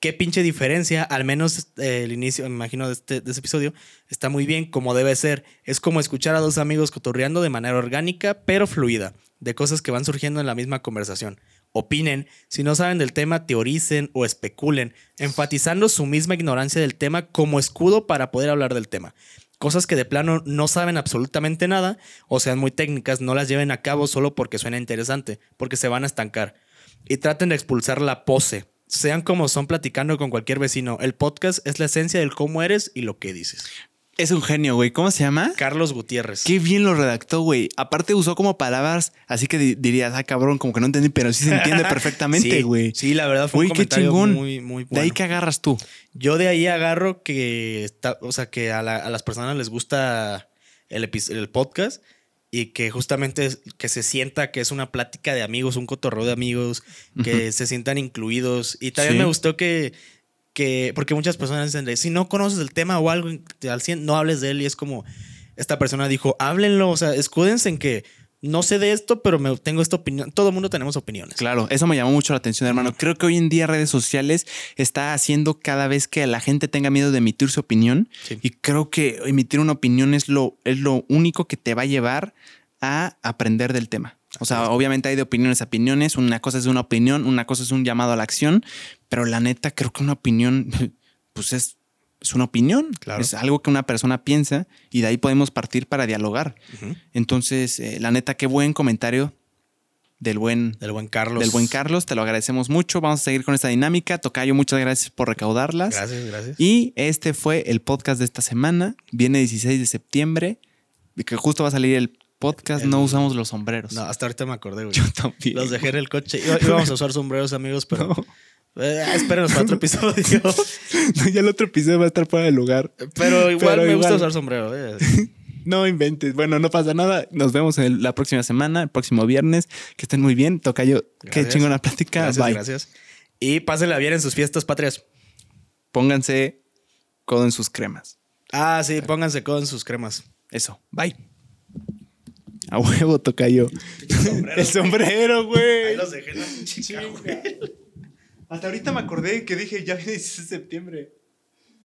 qué pinche diferencia. Al menos el inicio, me imagino, de ese episodio está muy bien, como debe ser. Es como escuchar a dos amigos cotorreando de manera orgánica, pero fluida, de cosas que van surgiendo en la misma conversación. Opinen, si no saben del tema, teoricen o especulen, enfatizando su misma ignorancia del tema como escudo para poder hablar del tema. Cosas que de plano no saben absolutamente nada o sean muy técnicas, no las lleven a cabo solo porque suena interesante, porque se van a estancar. Y traten de expulsar la pose. Sean como son platicando con cualquier vecino. El podcast es la esencia del cómo eres y lo que dices. Es un genio, güey. ¿Cómo se llama? Carlos Gutiérrez. Qué bien lo redactó, güey. Aparte usó como palabras, así que dirías, cabrón, como que no entendí, pero sí se entiende perfectamente, güey. Sí, la verdad fue un comentario muy, muy bueno. ¿De ahí qué agarras tú? Yo de ahí agarro que que a las personas les gusta el podcast y que justamente que se sienta que es una plática de amigos, un cotorreo de amigos, que se sientan incluidos. Y también me gustó que porque muchas personas dicen, si no conoces el tema o algo, al 100 no hables de él. Y es como, esta persona dijo, háblenlo, o sea, escúdense en que no sé de esto, pero tengo esta opinión. Todo el mundo tenemos opiniones. Claro, eso me llamó mucho la atención, hermano. Creo que hoy en día redes sociales está haciendo cada vez que la gente tenga miedo de emitir su opinión. Sí. Y creo que emitir una opinión es lo único que te va a llevar a aprender del tema. O sea, obviamente hay de opiniones a opiniones. Una cosa es una opinión, una cosa es un llamado a la acción. Pero la neta, creo que una opinión, pues es una opinión. Claro. Es algo que una persona piensa y de ahí podemos partir para dialogar. Entonces, la neta, qué buen comentario del buen Carlos. Del buen Carlos. Te lo agradecemos mucho. Vamos a seguir con esta dinámica. Tocayo, muchas gracias por recaudarlas. Gracias. Y este fue el podcast de esta semana. Viene 16 de septiembre, que justo va a salir el podcast. No usamos los sombreros. No, hasta ahorita me acordé, güey. Yo también. Los dejé en el coche. Íbamos a usar sombreros, amigos, pero... No. Espérenos para otro episodio. No, ya el otro episodio va a estar fuera de lugar. Pero igual me gusta usar sombrero. No inventes. Bueno, no pasa nada. Nos vemos la próxima semana, el próximo viernes. Que estén muy bien. Tocayo, qué chingona plática. Gracias. Y pásenla bien en sus fiestas patrias. Pónganse codo en sus cremas. Sí, pónganse codo en sus cremas. Eso. Bye. A huevo, Tocayo. El sombrero, güey. Ahí los dejé en la chica, güey. Hasta ahorita me acordé que dije, ya viene 16 de septiembre.